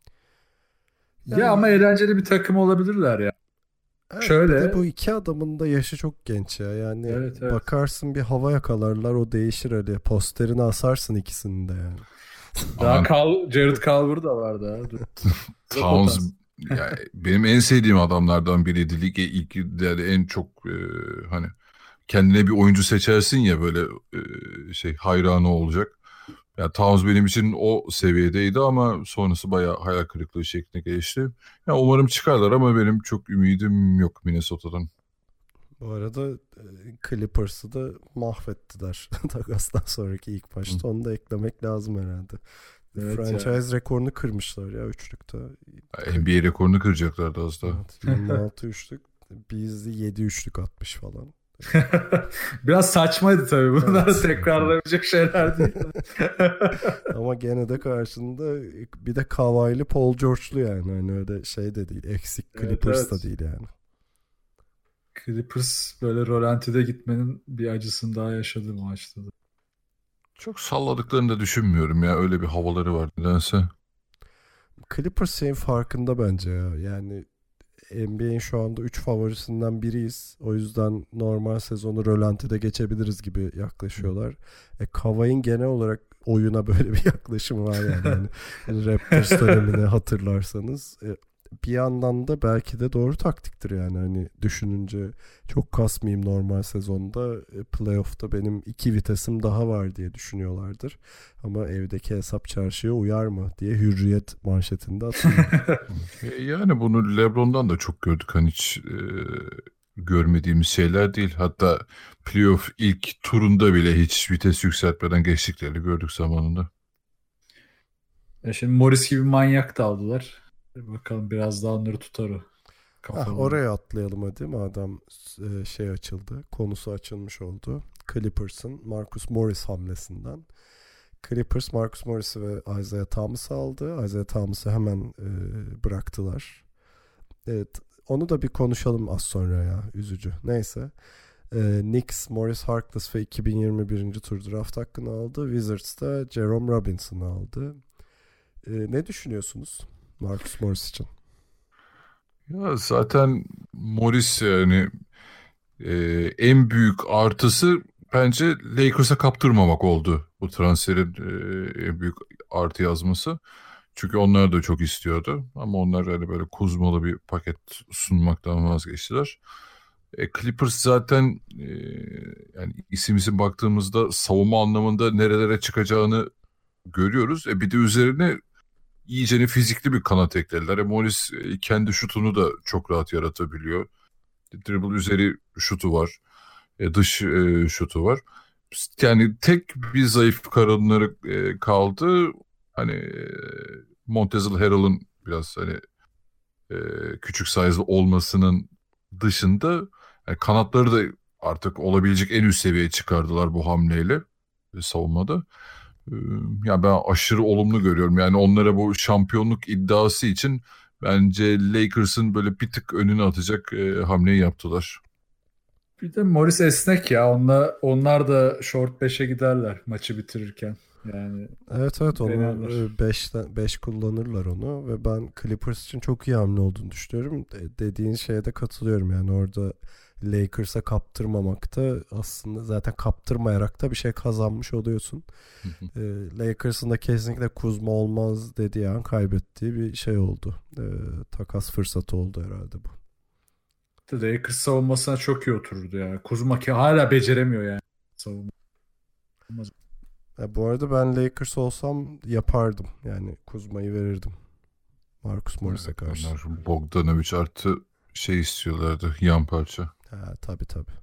Ya ama eğlenceli bir takım olabilirler ya. Evet, Şöyle. bir de bu iki adamın da yaşı çok genç ya. Yani Evet. bakarsın bir hava yakalarlar, o değişir öyle. Posterini asarsın ikisinin de yani. Daha Jared Culver da vardı ha. Towns yani benim en sevdiğim adamlardan biriydi. Lige ilk yani en çok hani kendine bir oyuncu seçersin ya böyle hayranı olacak. Yani Towns benim için o seviyedeydi ama sonrası bayağı hayal kırıklığı şeklinde geçti. Yani umarım çıkarlar ama benim çok ümidim yok Minnesota'dan. Bu arada Clippers'ı da mahvettiler takastan sonraki ilk maçta. Onu da eklemek lazım herhalde. Evet, franchise rekorunu kırmışlar ya üçlükte. NBA rekorunu kıracaklardı az daha. Evet, 26 üçlük. Beasley 7 üçlük atmış falan. Biraz saçmaydı tabii. Bunlar evet. Tekrarlanacak şeyler değil. Ama gene de karşında bir de Kawhi'li Paul George'lu yani. Hani öyle şey de değil. Eksik Clippers evet. Da değil yani. Clippers böyle rolantide gitmenin bir acısını daha yaşadı bu maçta da. Çok salladıklarını da düşünmüyorum ya. Öyle bir havaları var nedense. Clippers şeyin farkında bence ya. Yani NBA'in şu anda 3 favorisinden biriyiz. O yüzden normal sezonu rölantide geçebiliriz gibi yaklaşıyorlar. Kawhi'nin genel olarak oyuna böyle bir yaklaşımı var yani. Yani Raptors dönemini hatırlarsanız. Bir yandan da belki de doğru taktiktir yani. Hani düşününce çok kasmayayım normal sezonda. Playoff'ta benim 2 vitesim daha var diye düşünüyorlardır. Ama evdeki hesap çarşıya uyar mı diye Hürriyet manşetinde atıyor. Yani bunu LeBron'dan da çok gördük. Hani hiç görmediğimiz şeyler değil. Hatta playoff ilk turunda bile hiç vites yükseltmeden geçtiklerini gördük zamanında. Şimdi Morris gibi manyak da aldılar. Bakalım biraz daha onları tutar o. Oraya atlayalım hadi madem şey açıldı. Konusu açılmış oldu. Clippers'ın Marcus Morris hamlesinden. Clippers Marcus Morris'i ve Isaiah Thomas'ı aldı. Isaiah Thomas'ı hemen bıraktılar. Evet, onu da bir konuşalım az sonra ya. Üzücü. Neyse. Knicks Morris Harkless ve 2021. tur draft hakkını aldı. Wizards da Jerome Robinson'ı aldı. Ne düşünüyorsunuz Marcus Morris için? Ya zaten Morris yani en büyük artısı bence Lakers'a kaptırmamak oldu bu transferin en büyük artı yazması. Çünkü onlar da çok istiyordu ama onlar hani böyle kuzmalı bir paket sunmaktan vazgeçtiler. Clippers zaten yani isim baktığımızda savunma anlamında nerelere çıkacağını görüyoruz. Bir de üzerine iyicene fizikli bir kanat eklediler. Morris kendi şutunu da çok rahat yaratabiliyor. Dribble üzeri şutu var. Dış şutu var. Yani tek bir zayıf karınları kaldı. Hani Montrezl Harrell'ın biraz hani küçük size'lı olmasının dışında yani kanatları da artık olabilecek en üst seviyeye çıkardılar bu hamleyle savunmada. Ya ben aşırı olumlu görüyorum. Yani onlara bu şampiyonluk iddiası için bence Lakers'ın böyle bir tık önüne atacak hamleyi yaptılar. Bir de Morris esnek ya. Onlar da short 5'e giderler maçı bitirirken. Yani Evet onu denerler. 5 kullanırlar onu ve ben Clippers için çok iyi hamle olduğunu düşünüyorum. Dediğin şeye de katılıyorum yani orada Lakers'a kaptırmamakta aslında zaten kaptırmayarak da bir şey kazanmış oluyorsun. Lakers'ın da kesinlikle Kuzma olmaz dediği an kaybettiği bir şey oldu. Takas fırsatı oldu herhalde bu. Lakers savunmasına çok iyi otururdu ya. Kuzma ki hala beceremiyor yani savunma. Bu arada ben Lakers olsam yapardım. Yani Kuzma'yı verirdim. Marcus Morris'e karşı. Onlar Bogdanovic artı şey istiyorlardı. Yan parça. Ha, tabii.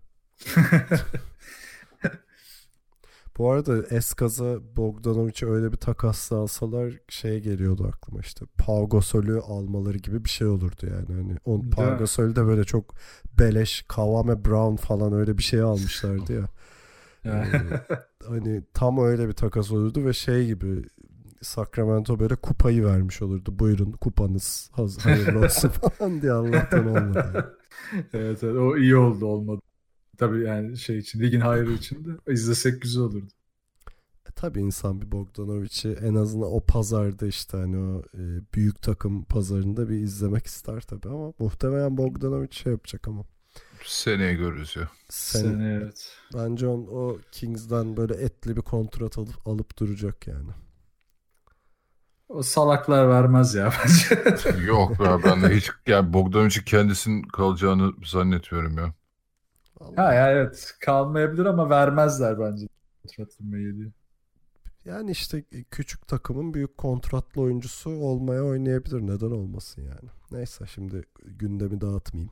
Bu arada Eskaz'a Bogdanovic'i öyle bir takasla alsalar şey geliyordu aklıma işte. Pau Gasol'ü almaları gibi bir şey olurdu yani. Hani Pau Gasol'ü de böyle çok beleş Kawame Brown falan öyle bir şey almışlardı ya. Hani tam öyle bir takas olurdu ve şey gibi Sacramento böyle kupayı vermiş olurdu. Buyurun kupanız hayırlı olsun falan diye Allah'tan olmadı. Evet, o iyi olmadı. Tabii yani şey için ligin hayrı için de izlesek güzel olurdu. Tabii insan bir Bogdanovic'i en azından o pazarda işte hani o büyük takım pazarında bir izlemek ister tabii ama muhtemelen Bogdanovic şey yapacak ama. Seneye görürüz ya. Seneye evet. Bence o Kings'den böyle etli bir kontrat alıp duracak yani. O salaklar vermez ya bence. Yok be ben de hiç yani Bogdanovic'in kendisinin kalacağını zannetmiyorum ya. Ha ya evet kalmayabilir ama vermezler bence kontratın diye. Yani işte küçük takımın büyük kontratlı oyuncusu olmaya oynayabilir. Neden olmasın yani. Neyse şimdi gündemi dağıtmayayım.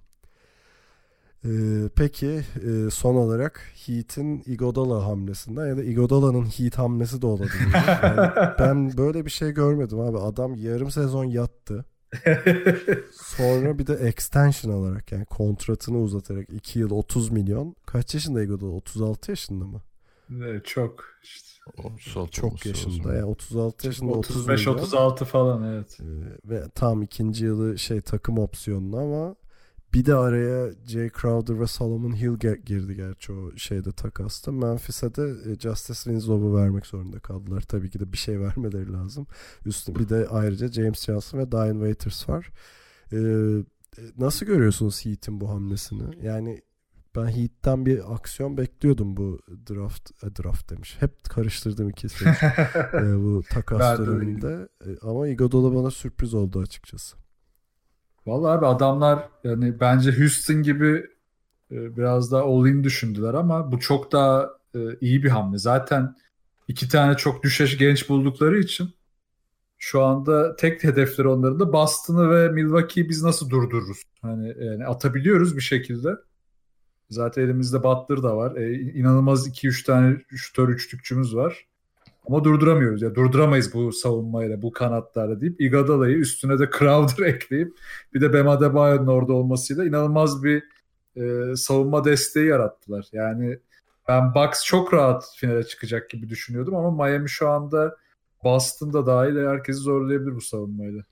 Peki son olarak Heat'in Iguodala hamlesinden ya da Iguodala'nın Heat hamlesi de olabilir. Yani ben böyle bir şey görmedim abi. Adam yarım sezon yattı. Sonra bir de extension alarak yani kontratını uzatarak 2 yıl 30 milyon. Kaç yaşında Iguodala? 36 yaşında mı? Evet, çok işte. Çok yaşında ya 36 yaşında 30 milyon. 35-36 falan evet. Ve tam ikinci yılı takım opsiyonlu ama bir de araya Jay Crowder ve Solomon Hill girdi gerçi o takasta. Memphis'e de Justice Winslow'u vermek zorunda kaldılar. Tabii ki de bir şey vermeleri lazım. Üstüne bir de ayrıca James Johnson ve Dion Waiters var. Nasıl görüyorsunuz Heat'in bu hamlesini? Yani ben Heat'ten bir aksiyon bekliyordum bu draft demiş. Hep karıştırdım ikisi. Bu takas döneminde. Ama Iguodala bana sürpriz oldu açıkçası. Vallahi abi adamlar yani bence Houston gibi biraz daha all-in düşündüler ama bu çok daha iyi bir hamle. Zaten 2 tane çok düşeş genç buldukları için şu anda tek hedefleri onların da Boston'ı ve Milwaukee'yi biz nasıl durdururuz? Hani yani atabiliyoruz bir şekilde. Zaten elimizde Butler da var. İnanılmaz 2-3 tane şutör üçlükçümüz var. Ama durduramıyoruz. Ya durduramayız bu savunmayla, bu kanatlarla deyip Iguodala'yı üstüne de Crowder ekleyip bir de Bam Adebayo'nun orada olmasıyla inanılmaz bir savunma desteği yarattılar. Yani ben Bucks çok rahat finale çıkacak gibi düşünüyordum ama Miami şu anda Boston'da dahil herkesi zorlayabilir bu savunmayla.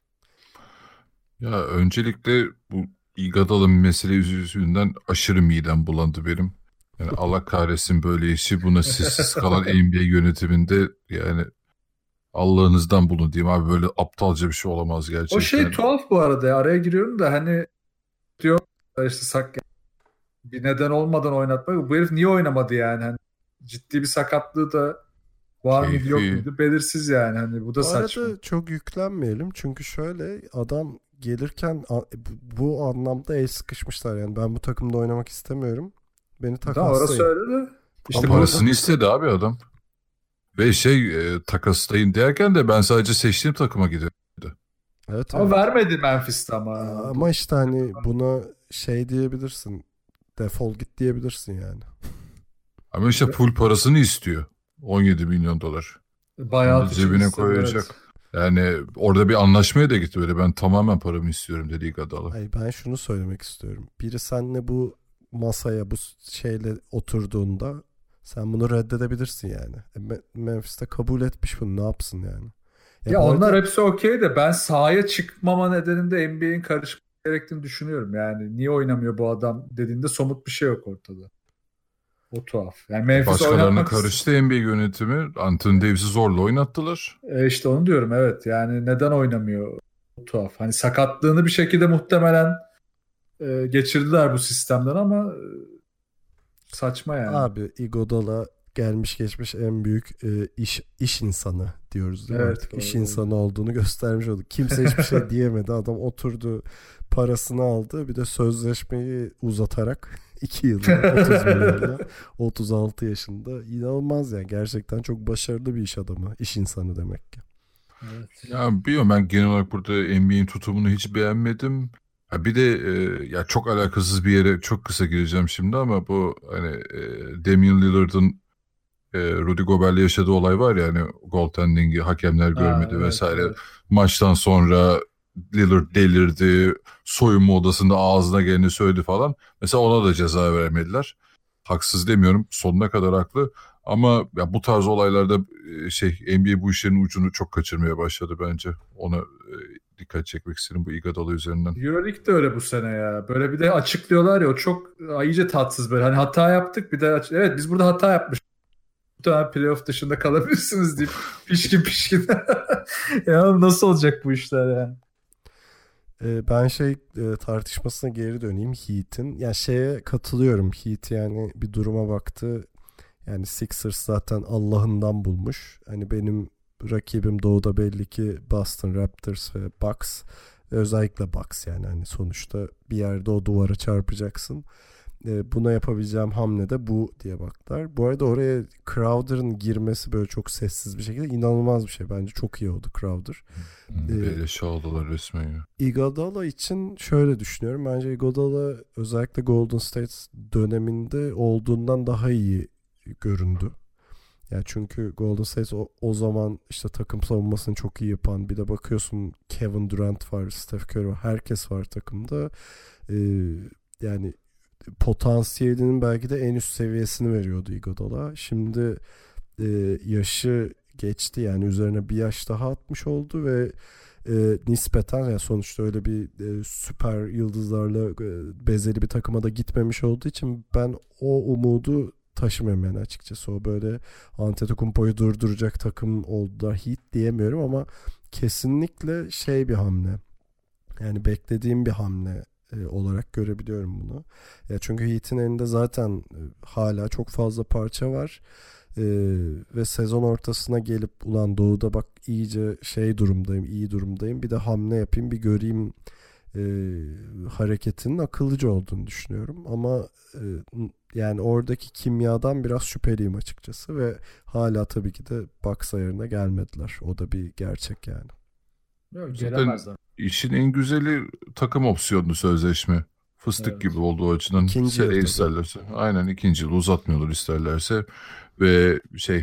Ya öncelikle bu Iguodala mesele yüzünden aşırı midem bulandı benim. Yani Allah kahretsin böyle işi. Buna sessiz kalan NBA yönetiminde yani Allah'ınızdan bulun diyeyim abi. Böyle aptalca bir şey olamaz gerçekten. O şey tuhaf bu arada ya. Araya giriyorum da hani diyor işte bir neden olmadan oynatmak. Bu herif niye oynamadı yani? Hani ciddi bir sakatlığı da var mıydı yok muydu? Belirsiz yani. Hani bu da saçma. Bu arada çok yüklenmeyelim. Çünkü şöyle adam gelirken bu anlamda el sıkışmışlar. Yani ben bu takımda oynamak istemiyorum. Beni takaslayın. Orası öyle de. İşte parasını istedi abi adam. Ve takaslayın derken de ben sadece seçtiğim takıma gidiyorum. Evet, ama vermedi Memphis'te ama. Ama işte hani buna diyebilirsin. Defol git diyebilirsin yani. Ama işte full parasını istiyor. 17 milyon dolar. Bayağı cebine koyacak. Evet. Yani orada bir anlaşmaya da gitti böyle. Ben tamamen paramı istiyorum dedi Iguodala. Hayır, ben şunu söylemek istiyorum. Biri seninle bu masaya bu oturduğunda sen bunu reddedebilirsin yani. Memphis'te kabul etmiş bunu, ne yapsın yani. Ya onlar hepsi okey de ben sahaya çıkmama nedeninde NBA'in karışması gerektiğini düşünüyorum. Yani niye oynamıyor bu adam dediğinde somut bir şey yok ortada. O tuhaf. Yani Memphis Başkalarına oynatmak karıştı NBA yönetimi. Anthony Davis'i zorla oynattılar. işte onu diyorum, evet. Yani neden oynamıyor? O tuhaf. Hani sakatlığını bir şekilde muhtemelen geçirdiler bu sistemden ama saçma yani. Abi Iguodala gelmiş geçmiş en büyük iş insanı diyoruz değil mi? Evet, Artık doğru, iş doğru. insanı olduğunu göstermiş oldu. Kimse hiçbir şey diyemedi. Adam oturdu, parasını aldı. Bir de sözleşmeyi uzatarak 2 yılda 30 milyonla 36 yaşında. İnanılmaz yani. Gerçekten çok başarılı bir iş adamı. İş insanı demek ki. Evet. Ya bilmiyorum, ben genel olarak burada NBA'in tutumunu hiç beğenmedim. Ha bir de ya çok alakasız bir yere çok kısa gireceğim şimdi ama bu hani Damian Lillard'ın Rudy Gobert'le yaşadığı olay var ya, hani goaltending'i hakemler görmedi Evet, vesaire. evet. Maçtan sonra Lillard delirdi, soyunma odasında ağzına geleni söyledi falan. Mesela ona da ceza veremediler. Haksız demiyorum, sonuna kadar haklı. Ama ya bu tarz olaylarda NBA bu işlerin ucunu çok kaçırmaya başladı bence. Ona dikkat çekmek istedim bu Iguodala üzerinden. Euroleague de öyle bu sene ya. Böyle bir de açıklıyorlar ya, o çok iyice tatsız böyle. Hani hata yaptık, bir de evet biz burada hata yapmışız. Playoff dışında kalabilirsiniz deyip pişkin. Ya nasıl olacak bu işler yani? Ben tartışmasına geri döneyim Heat'in. Ya şeye katılıyorum. Heat yani bir duruma baktı. Yani Sixers zaten Allah'ından bulmuş. Hani benim rakibim doğuda belli ki Boston Raptors ve Bucks. Ve özellikle Bucks yani hani sonuçta bir yerde o duvara çarpacaksın. Buna yapabileceğim hamle de bu diye baktılar. Bu arada oraya Crowder'ın girmesi böyle çok sessiz bir şekilde inanılmaz bir şey. Bence çok iyi oldu Crowder. Beleşe oldular resmen ya. Iguodala için şöyle düşünüyorum. Bence Iguodala özellikle Golden State döneminde olduğundan daha iyi göründü. Yani çünkü Golden State o zaman işte takım savunmasını çok iyi yapan, bir de bakıyorsun Kevin Durant var, Steph Curry var, herkes var takımda. Yani potansiyelinin belki de en üst seviyesini veriyordu Iguodala. Şimdi yaşı geçti yani üzerine bir yaş daha atmış oldu ve nispeten yani sonuçta öyle bir süper yıldızlarla bezeli bir takıma da gitmemiş olduğu için ben o umudu taşımıyorum yani açıkçası. O böyle Antetokounmpo'yu durduracak takım oldular Heat diyemiyorum ama kesinlikle bir hamle. Yani beklediğim bir hamle olarak görebiliyorum bunu. Ya çünkü Heat'in elinde zaten hala çok fazla parça var. Ve sezon ortasına gelip ulan doğuda bak iyice durumdayım, iyi durumdayım. Bir de hamle yapayım, bir göreyim hareketinin akıllıca olduğunu düşünüyorum. Ama yani oradaki kimyadan biraz şüpheliyim açıkçası ve hala tabii ki de Bucks ayarına gelmediler. O da bir gerçek yani. Yok, Zaten gelemezler. işin en güzeli takım opsiyonlu sözleşme. Fıstık Evet. gibi olduğu açıdan. İkinci yıl isterlerse. Aynen, ikinci yıl uzatmıyorlar isterlerse. Ve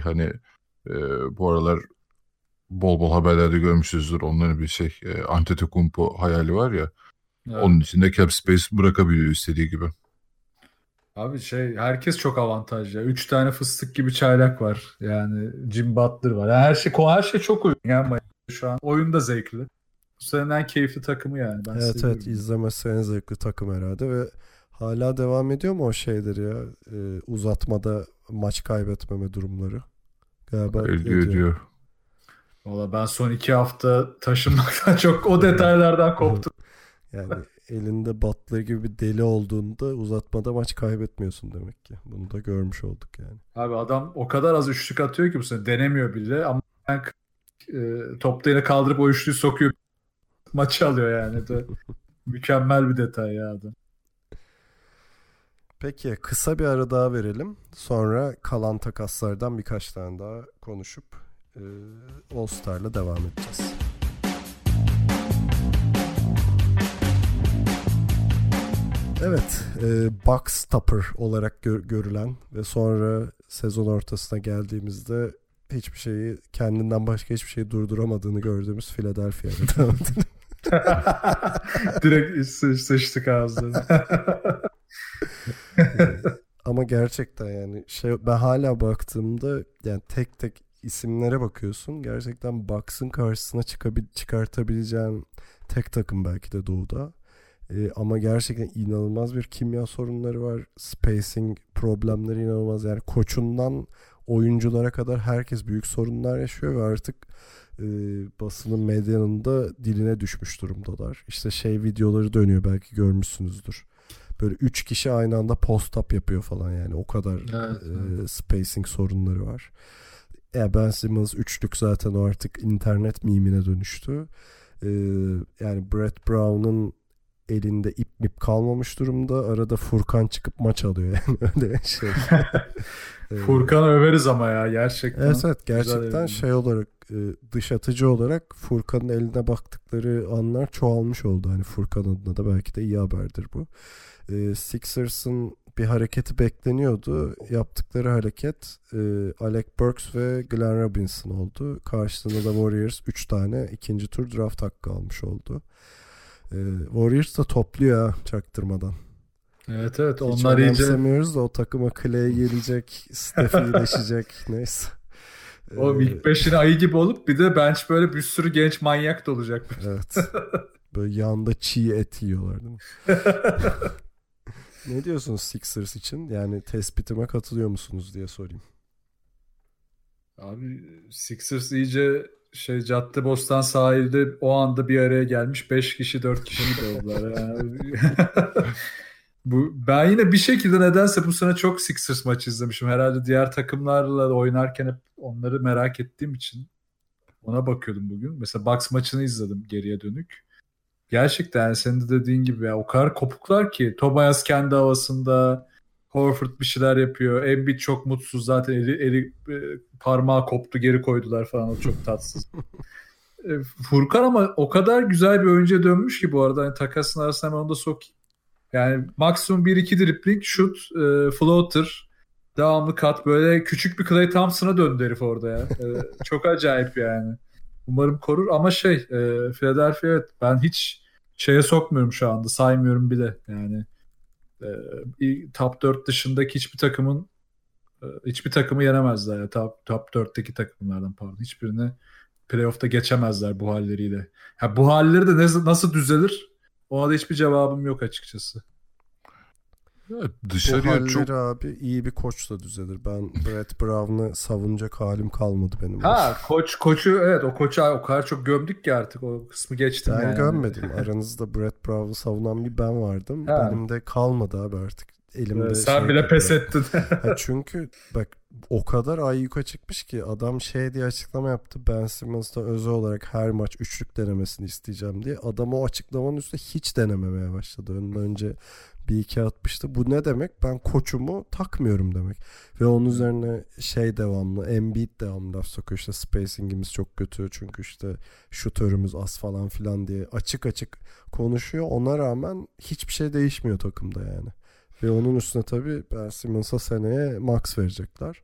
bu aralar bol bol haberlerde görmüşüzdür. Onların bir Antetokounmpo hayali var ya. Evet. Onun içinde cap space bırakabiliyor istediği gibi. Abi herkes çok avantajlı. 3 tane fıstık gibi çaylak var. Yani Jim Butler var. Yani her şey çok uygun. Yani şu an oyun da zevkli. Bu senenin en keyifli takımı yani. Ben Evet seviyorum. izlemesi en zevkli takım herhalde ve hala devam ediyor mu o şeyler ya? Uzatmada maç kaybetmeme durumları. Galiba Ediyor. Valla ben son 2 hafta taşınmaktan çok o detaylardan koptum. Yani elinde Butler gibi bir deli olduğunda uzatmada maç kaybetmiyorsun demek ki. Bunu da görmüş olduk yani. Abi adam o kadar az üçlük atıyor ki bu sene denemiyor bile ama topta yine kaldırıp o üçlüyü sokuyor. Maçı alıyor yani. Mükemmel bir detay ya adam. Peki kısa bir ara daha verelim. Sonra kalan takaslardan birkaç tane daha konuşup All Star'la devam edeceğiz. Evet, box stopper olarak görülen ve sonra sezon ortasına geldiğimizde kendinden başka hiçbir şeyi durduramadığını gördüğümüz Philadelphia'ya devam edelim. Direkt sıçtık ağzına. Ama gerçekten yani ben hala baktığımda yani tek tek isimlere bakıyorsun. Gerçekten Bucks'ın karşısına çıkartabileceğin tek takım belki de doğuda. Ama gerçekten inanılmaz bir kimya sorunları var. Spacing problemleri inanılmaz. Yani koçundan oyunculara kadar herkes büyük sorunlar yaşıyor ve artık basının, medyanın da diline düşmüş durumdalar. İşte videoları dönüyor, belki görmüşsünüzdür. Böyle 3 kişi aynı anda post-up yapıyor falan, yani o kadar spacing sorunları var. Ben Simmons üçlük zaten o artık internet mimine dönüştü. Yani Brett Brown'un elinde ip mip kalmamış durumda. Arada Furkan çıkıp maç alıyor yani öyle şey. Furkan'ı överiz ama ya gerçekten. Evet gerçekten olarak dış atıcı olarak Furkan'ın eline baktıkları anlar çoğalmış oldu. Hani Furkan adına da belki de iyi haberdir bu. Sixers'ın bir hareketi bekleniyordu. Yaptıkları hareket Alec Burks ve Glenn Robinson oldu. Karşılığında da Warriors 3 tane ikinci tur draft hakkı almış oldu. Warriors da topluyor çaktırmadan. Evet hiç onlar iyice önemsemiyoruz da o takıma Clay gelecek, Steph iyileşecek neyse. O ilk 5'ine ayı gibi olup bir de bench böyle bir sürü genç manyak da olacak. Evet. Böyle yanda çiğ et yiyorlar değil mi? Ne diyorsunuz Sixers için? Yani tespitime katılıyor musunuz diye sorayım. Abi Sixers iyice Caddebostan sahilde o anda bir araya gelmiş 5 kişi 4 kişi gibi oldular. Yani. Ben yine bir şekilde nedense bu sene çok Sixers maçı izlemişim. Herhalde diğer takımlarla oynarken hep onları merak ettiğim için ona bakıyordum bugün. Mesela Bucks maçını izledim geriye dönük. Gerçekten yani senin de dediğin gibi ya o kadar kopuklar ki Tobias kendi havasında, Horford bir şeyler yapıyor. Embiid çok mutsuz zaten eli parmağı koptu geri koydular falan, o çok tatsız. Furkan ama o kadar güzel bir oyuncuya dönmüş ki bu arada hani takasın arasına hemen onu da sokayım. Yani maksimum 1-2 dribbling, shoot, floater, devamlı kat, böyle küçük bir Klay Thompson'a döndü herif orada ya. Çok acayip yani. Umarım korur ama Philadelphia evet, ben hiç sokmuyorum şu anda, saymıyorum bile yani. Top 4 dışındaki hiçbir takımı yenemezler ya. Top 4'teki takımlardan hiçbirini playoff'ta geçemezler bu halleriyle. Ha, bu halleri de nasıl düzelir? Ona da hiçbir cevabım yok açıkçası. Evet, Bu dışarıya halleri çok abi iyi bir koçla düzelir. Ben Brett Brown'ı savunacak halim kalmadı benim. Koçu evet, o koçu o kadar çok gömdük ki artık o kısmı geçtim Ben yani. gömmedim. Aranızda Brett Brown'ı savunan bir ben vardım. Ha. Benim de kalmadı abi artık. Elimde Sen bile pes ettin. Çünkü bak o kadar ayyuka çıkmış ki adam diye açıklama yaptı. Ben Simmons'tan özel olarak her maç üçlük denemesini isteyeceğim diye. Adam o açıklamanın üstüne hiç denememeye başladı. Önce bir iki atmıştı. Bu ne demek? Ben koçumu takmıyorum demek. Ve onun üzerine devamlı, Embiid devamlı laf sokuyor. İşte spacingimiz çok kötü çünkü işte şutörümüz az falan filan diye açık konuşuyor. Ona rağmen hiçbir şey değişmiyor takımda yani. Ve onun üstüne tabii Ben Simmons'a seneye max verecekler.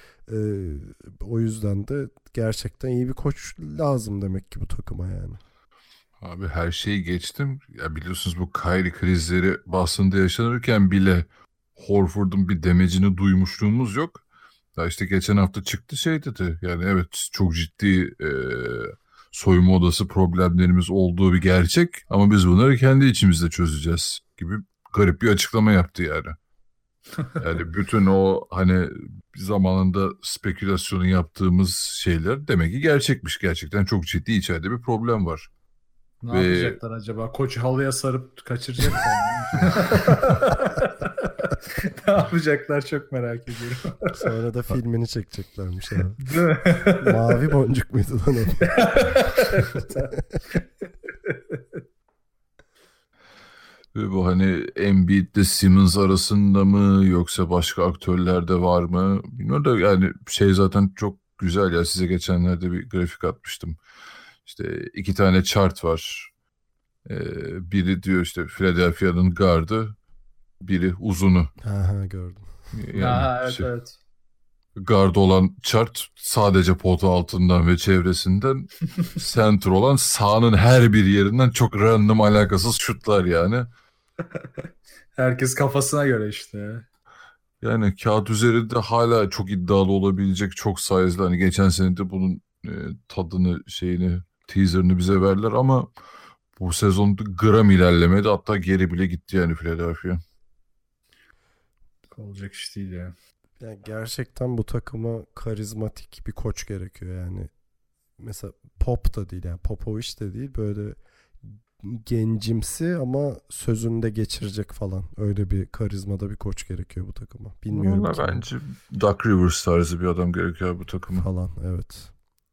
O yüzden de gerçekten iyi bir koç lazım demek ki bu takıma yani. Abi her şeyi geçtim. Ya biliyorsunuz bu Kyrie krizleri Boston'da yaşanırken bile Horford'un bir demecini duymuşluğumuz yok. Ya işte geçen hafta çıktı dedi. Yani evet çok ciddi soyunma odası problemlerimiz olduğu bir gerçek. Ama biz bunları kendi içimizde çözeceğiz gibi garip bir açıklama yaptı yani. Yani bütün o hani zamanında spekülasyonu yaptığımız şeyler demek ki gerçekmiş. Gerçekten çok ciddi içeride bir problem var. Ne yapacaklar acaba? Koç halıya sarıp kaçıracaklar mı? Ne yapacaklar çok merak ediyorum. Sonra da filmini çekeceklermiş abi. Değil mi? Mavi boncuk muydu lan o? Ve bu hani Embiid'le Simmons arasında mı yoksa başka aktörler de var mı? Bilmiyorum da yani zaten çok güzel ya, size geçenlerde bir grafik atmıştım. İşte 2 tane chart var. Biri diyor işte Philadelphia'nın gardı, biri uzunu. Gördüm. Yani evet. Guard olan chart sadece potu altından ve çevresinden, center olan sahanın her bir yerinden çok random alakasız şutlar yani. Herkes kafasına göre işte. Yani kağıt üzerinde hala çok iddialı olabilecek çok sayesinde, hani geçen sene de bunun tadını teaserını bize verdiler ama Bu sezon gram ilerlemedi. Hatta geri bile gitti yani Philadelphia. Olacak iş değil ya. Yani gerçekten bu takıma karizmatik bir koç gerekiyor yani. Mesela Pop da değil yani Popovich de değil, böyle gencimsi ama sözünde geçirecek falan. Öyle bir karizmada bir koç gerekiyor bu takıma. Bilmiyorum Valla ki bence Doc Rivers tarzı bir adam gerekiyor bu takıma. falan, evet.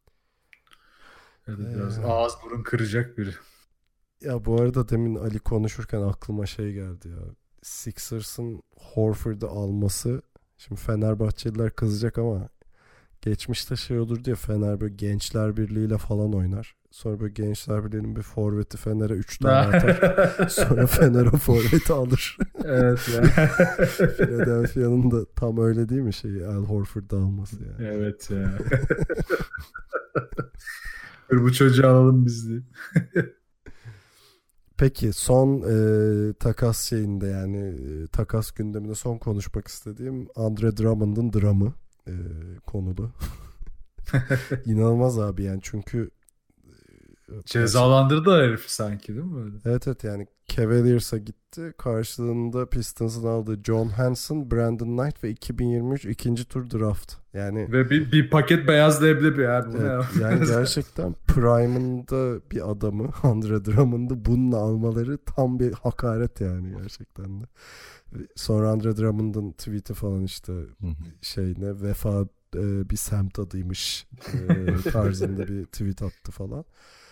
Ya da biraz ağız burun kıracak biri. Ya bu arada demin Ali konuşurken aklıma şey geldi ya. Sixers'ın Horford'u alması. Şimdi Fenerbahçeliler kızacak ama geçmişte şey olur diye, Fener böyle Gençler Birliği'yle falan oynar. Sonra böyle Gençler Birliği'nin bir forveti Fener'e 3 tane atar. Sonra Fener o forveti alır. Evet ya. Philadelphia'nın da tam öyle değil mi şeyi, Al Horford'u alması yani. Evet ya. Bu çocuğu alalım biz de. Peki son takas şeyinde yani takas gündeminde son konuşmak istediğim Andre Drummond'un dramı konulu. İnanılmaz abi yani, çünkü Cezalandırdı herif sanki değil mi böyle? evet yani Cavaliers'a gitti. Karşılığında Pistons'ın aldığı John Hanson, Brandon Knight ve 2023 ikinci tur draft. Yani Ve bir paket beyaz leblebi ya. Bu evet, ne? yani gerçekten prime'ında bir adamı Andre Drummond'u bununla almaları tam bir hakaret yani gerçekten de. Sonra Andre Drummond'un tweet'i falan işte şey ne vefa bir semt adıymış tarzında bir tweet attı falan.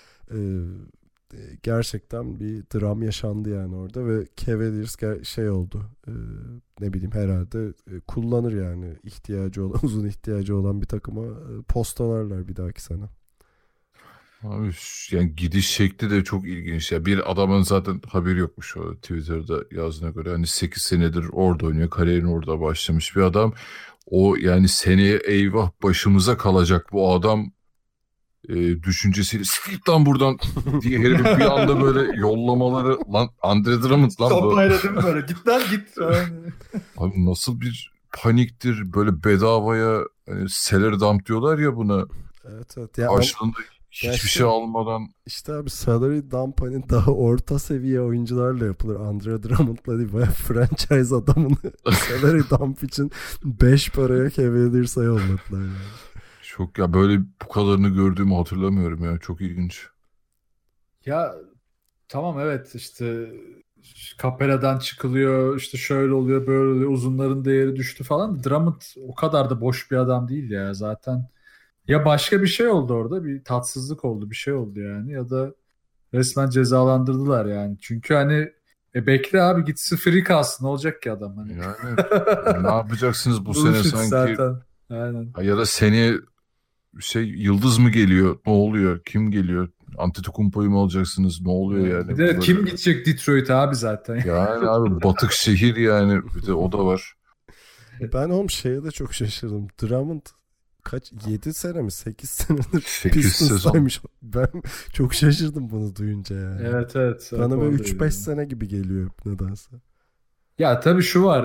Gerçekten bir dram yaşandı yani orada ve Cavaliers şey oldu, ne bileyim herhalde kullanır yani ihtiyacı olan uzun ihtiyacı olan bir takıma postalarlar bir dahaki sene. Abi yani gidiş şekli de çok ilginç ya. Bir adamın zaten haberi yokmuş o Twitter'da yazdığına göre. Hani 8 senedir orada oynuyor. Kariyerin orada başlamış bir adam. O yani seneye eyvah başımıza kalacak bu adam düşüncesiyle "Siktir lan buradan" diye herifin bir anda böyle yollamaları, lan Andre Drummond lan bu. Sopayla değil mi böyle? Git lan git. Abi nasıl bir paniktir böyle bedavaya, hani salary dump diyorlar ya buna. Evet evet. Ya Karşılığında ya hiçbir işte- şey almadan. İşte abi salary dump hani daha orta seviye oyuncularla yapılır. Andre Drummond'la değil, bayağı franchise adamını salary dump için 5 paraya Cavaliers'a yolladılar yani. Çok ya, böyle bu kadarını gördüğümü hatırlamıyorum ya. Çok ilginç. Ya tamam evet işte Capella'dan çıkılıyor, işte şöyle oluyor böyle oluyor, uzunların değeri düştü falan. Drummond o kadar da boş bir adam değil ya zaten. Ya başka bir şey oldu orada, bir tatsızlık oldu, bir şey oldu yani, ya da resmen cezalandırdılar yani. Çünkü hani bekle abi, gitsin free kalsın, ne olacak ki adam hani. Yani ne yapacaksınız bu sene Bullshit sanki? zaten. Aynen. Ya da seneye yıldız mı geliyor? Ne oluyor? Kim geliyor? Antetokounmpo'yu mu alacaksınız? Ne oluyor yani? Bir de Böyle- kim gidecek Detroit'e abi zaten. Yani abi batık şehir yani. Bir de o da var. Ben oğlum şeye de çok şaşırdım. Drummond kaç 7 sene mi 8 senedir 8 sezon. Pistons'taymış. Ben çok şaşırdım bunu duyunca yani. Evet evet. Bana böyle Oradaydı 3-5 yani. sene gibi geliyor nedense. Ya tabii şu var.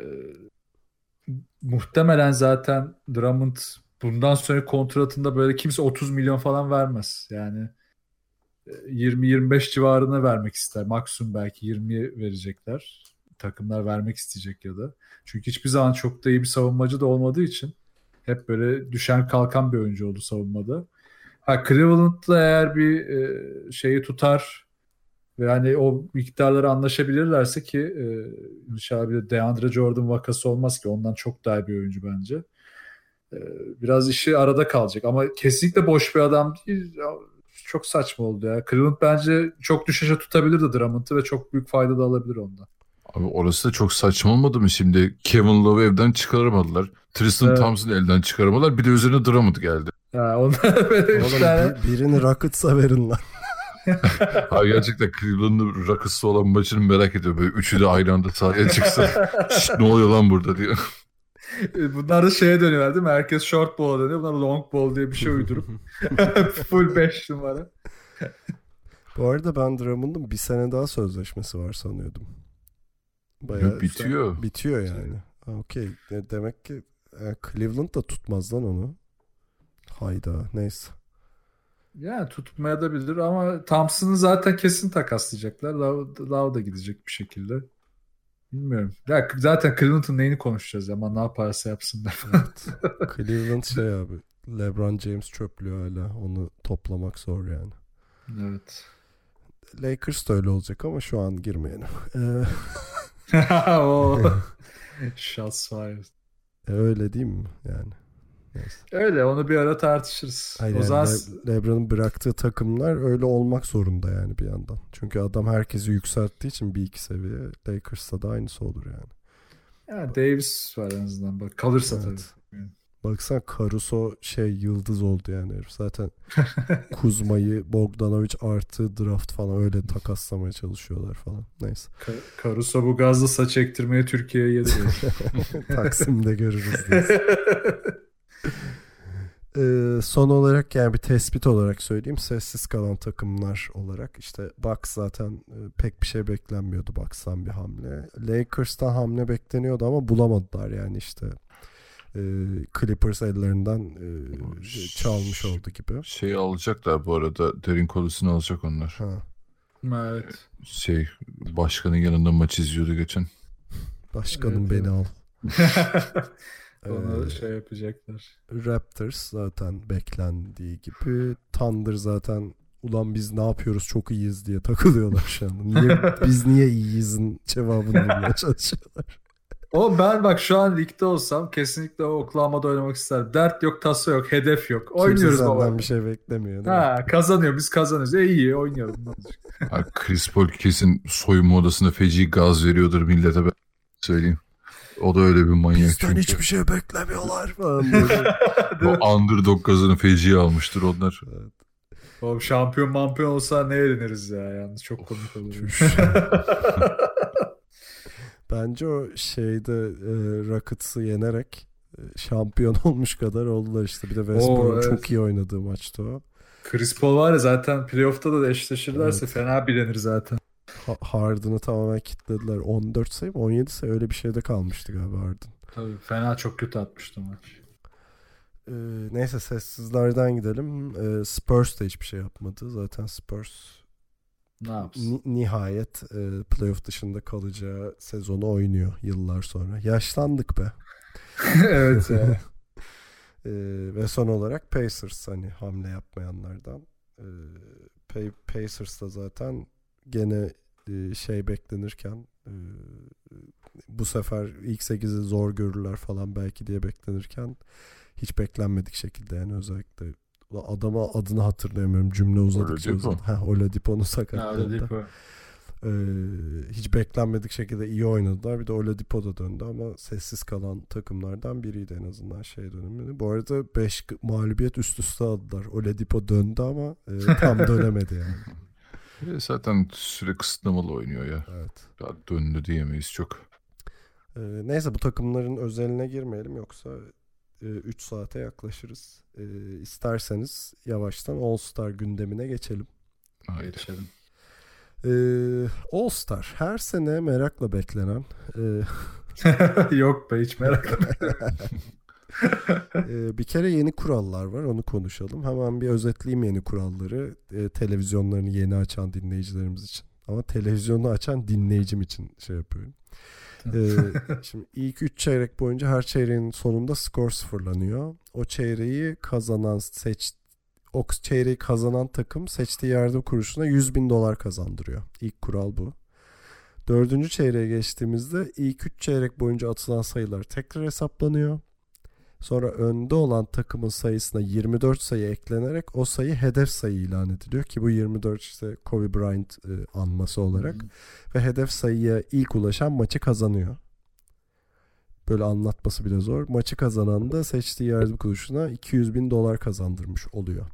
Muhtemelen zaten Drummond bundan sonra kontratında böyle kimse 30 milyon falan vermez. Yani 20-25 civarına vermek ister. Maksimum belki 20'ye verecekler. Takımlar vermek isteyecek ya da. Çünkü hiçbir zaman çok da iyi bir savunmacı da olmadığı için hep böyle düşen kalkan bir oyuncu oldu savunmada. Ha, Cleveland'la eğer bir şeyi tutar ve hani o miktarları anlaşabilirlerse ki inşallah bir de DeAndre Jordan vakası olmaz ki, ondan çok daha iyi bir oyuncu bence. Biraz işi arada kalacak ama kesinlikle boş bir adam değil. Ya, çok saçma oldu ya. Cleveland bence çok düşüşe tutabilirdi Drummond'u ve çok büyük fayda da alabilir ondan. Abi orası da çok saçma olmadı mı şimdi? Kevin Love'ı evden çıkaramadılar. Tristan Evet. Thompson'ı elden çıkaramadılar. Bir de üzerine Drummond geldi. Ha, onlar böyle üç Oğlum tane. birini Rockets'a verin lan. Abi gerçekten Cleveland'ın Rockets'la olan maçını merak ediyorum. Böyle üçü de aynı anda sahaya çıksa "Şşt, ne oluyor lan burada" diye. Bunlar da şeye dönüyorlar değil mi? Herkes short ball'a dönüyor. Bunlar long ball diye bir şey uydurup full 5 numara. Bu arada ben Drummond'un bir sene daha sözleşmesi var sanıyordum. Bayağı Bitiyor. bitiyor yani. Ha, okey. Demek ki Cleveland da tutmaz lan onu. Hayda, neyse. Yani tutmaya da bilir ama Thompson'ı zaten kesin takaslayacaklar. Love da gidecek bir şekilde. Bilmiyorum. Ya zaten Cleveland'ın neyini konuşacağız ama ne yaparsa yapsınlar. Evet. Cleveland şey abi. LeBron James çöplüyor hala. Onu toplamak zor yani. Evet. Lakers da öyle olacak ama şu an girmeyelim. O shots fired. Öyle değil mi yani? Neyse. Öyle, onu bir ara tartışırız. Hayır, O yani zaman LeBron'un bıraktığı takımlar öyle olmak zorunda yani bir yandan. Çünkü adam herkesi yükselttiği için bir iki seviye. Lakers'ta da aynısı olur yani. ya Davis var en azından. Bak, kalırsa Evet. tabii. Baksana Caruso yıldız oldu yani herif. Zaten Kuzma'yı Bogdanovic artı draft falan öyle takaslamaya çalışıyorlar falan. Neyse. Caruso bu gazlı saç ektirmeye Türkiye'ye geliyor. Taksim'de görürüz diye. Son olarak yani bir tespit olarak söyleyeyim. Sessiz kalan takımlar olarak işte Bucks zaten pek bir şey beklenmiyordu Bucks'tan bir hamle. Lakers'tan hamle bekleniyordu ama bulamadılar yani işte. Clippers ellerinden çalmış oldu gibi. Şey alacaklar bu arada. Derin Collins'ini alacak onlar. Ha. Evet. Başkanın yanında maç izliyordu geçen. Başkanım Evet, beni al. Onu yapacaklar. Raptors zaten beklendiği gibi. Thunder zaten ulan biz ne yapıyoruz çok iyiyiz diye takılıyorlar şu anda. Biz niye iyiyizin cevabını bulmaya çalışıyorlar. Ben bak şu an ligde olsam kesinlikle o Oklahoma'da oynamak isterim. Dert yok, tasa yok, hedef yok. Oynuyoruz Kimse baba. senden bir şey beklemiyor. Değil mi? Kazanıyor, biz kazanıyoruz. İyi oynayalım. Ne olacak? Chris Paul kesin soyunma odasında feci gaz veriyordur millete, ben söyleyeyim. O da öyle bir manyak Bizden çünkü. hiçbir şey beklemiyorlar falan. O underdog gazını feci almıştır onlar. Evet. O şampiyon olsa ne eğleniriz ya. Yalnız çok komik olur. Bence o Rockets'ı yenerek şampiyon olmuş kadar oldular işte. Bir de Westbrook'un evet. çok iyi oynadığı maçtı o. Chris Paul var ya, zaten playoff'ta da eşleşirlerse Evet. fena bilenir zaten. Harden'ı tamamen kilitlediler. 14 sayı mı 17 sayı öyle bir şeyde kalmıştı galiba Harden. Tabii fena, çok kötü atmıştı maç. Neyse sessizlerden gidelim. Spurs da hiçbir şey yapmadı. Zaten Spurs Ne yapsın? nihayet playoff dışında kalacağı sezonu oynuyor yıllar sonra. Yaşlandık be. Evet ya. Ve son olarak Pacers hani hamle yapmayanlardan. Pacers da zaten gene beklenirken bu sefer ilk 8'i zor görürler falan belki diye beklenirken hiç beklenmedik şekilde yani özellikle adama adını hatırlayamıyorum, cümle uzadıkça uzadı. Oladipo'nu sakatladı. Hiç beklenmedik şekilde iyi oynadılar. Bir de Oladipo da döndü ama sessiz kalan takımlardan biriydi en azından döneminde. Bu arada 5 mağlubiyet üst üste aldılar. Oladipo döndü ama tam dönemedi yani. Zaten süre kısıtlamalı oynuyor ya. Evet. Daha döndü diyemeyiz çok. Neyse bu takımların özeline girmeyelim yoksa 3 saate yaklaşırız. İsterseniz yavaştan All Star gündemine geçelim. Haydi. Geçelim. All Star her sene merakla beklenen Yok be, hiç merak etme. bir kere yeni kurallar var, onu konuşalım. Hemen bir özetleyeyim yeni kuralları televizyonlarını yeni açan dinleyicilerimiz için. Ama televizyonu açan dinleyicim için yapıyorum. Şimdi ilk 3 çeyrek boyunca her çeyreğin sonunda skor sıfırlanıyor. O çeyreği kazanan takım seçtiği yardım kuruluşuna $100,000 kazandırıyor. İlk kural bu. 4. çeyreğe geçtiğimizde ilk 3 çeyrek boyunca atılan sayılar tekrar hesaplanıyor. Sonra önde olan takımın sayısına 24 sayı eklenerek o sayı hedef sayı ilan ediliyor ki bu 24 işte Kobe Bryant anması olarak ve hedef sayıya ilk ulaşan maçı kazanıyor. Böyle anlatması bile zor. Maçı kazanan da seçtiği yardım kuruluşuna $200,000 kazandırmış oluyor.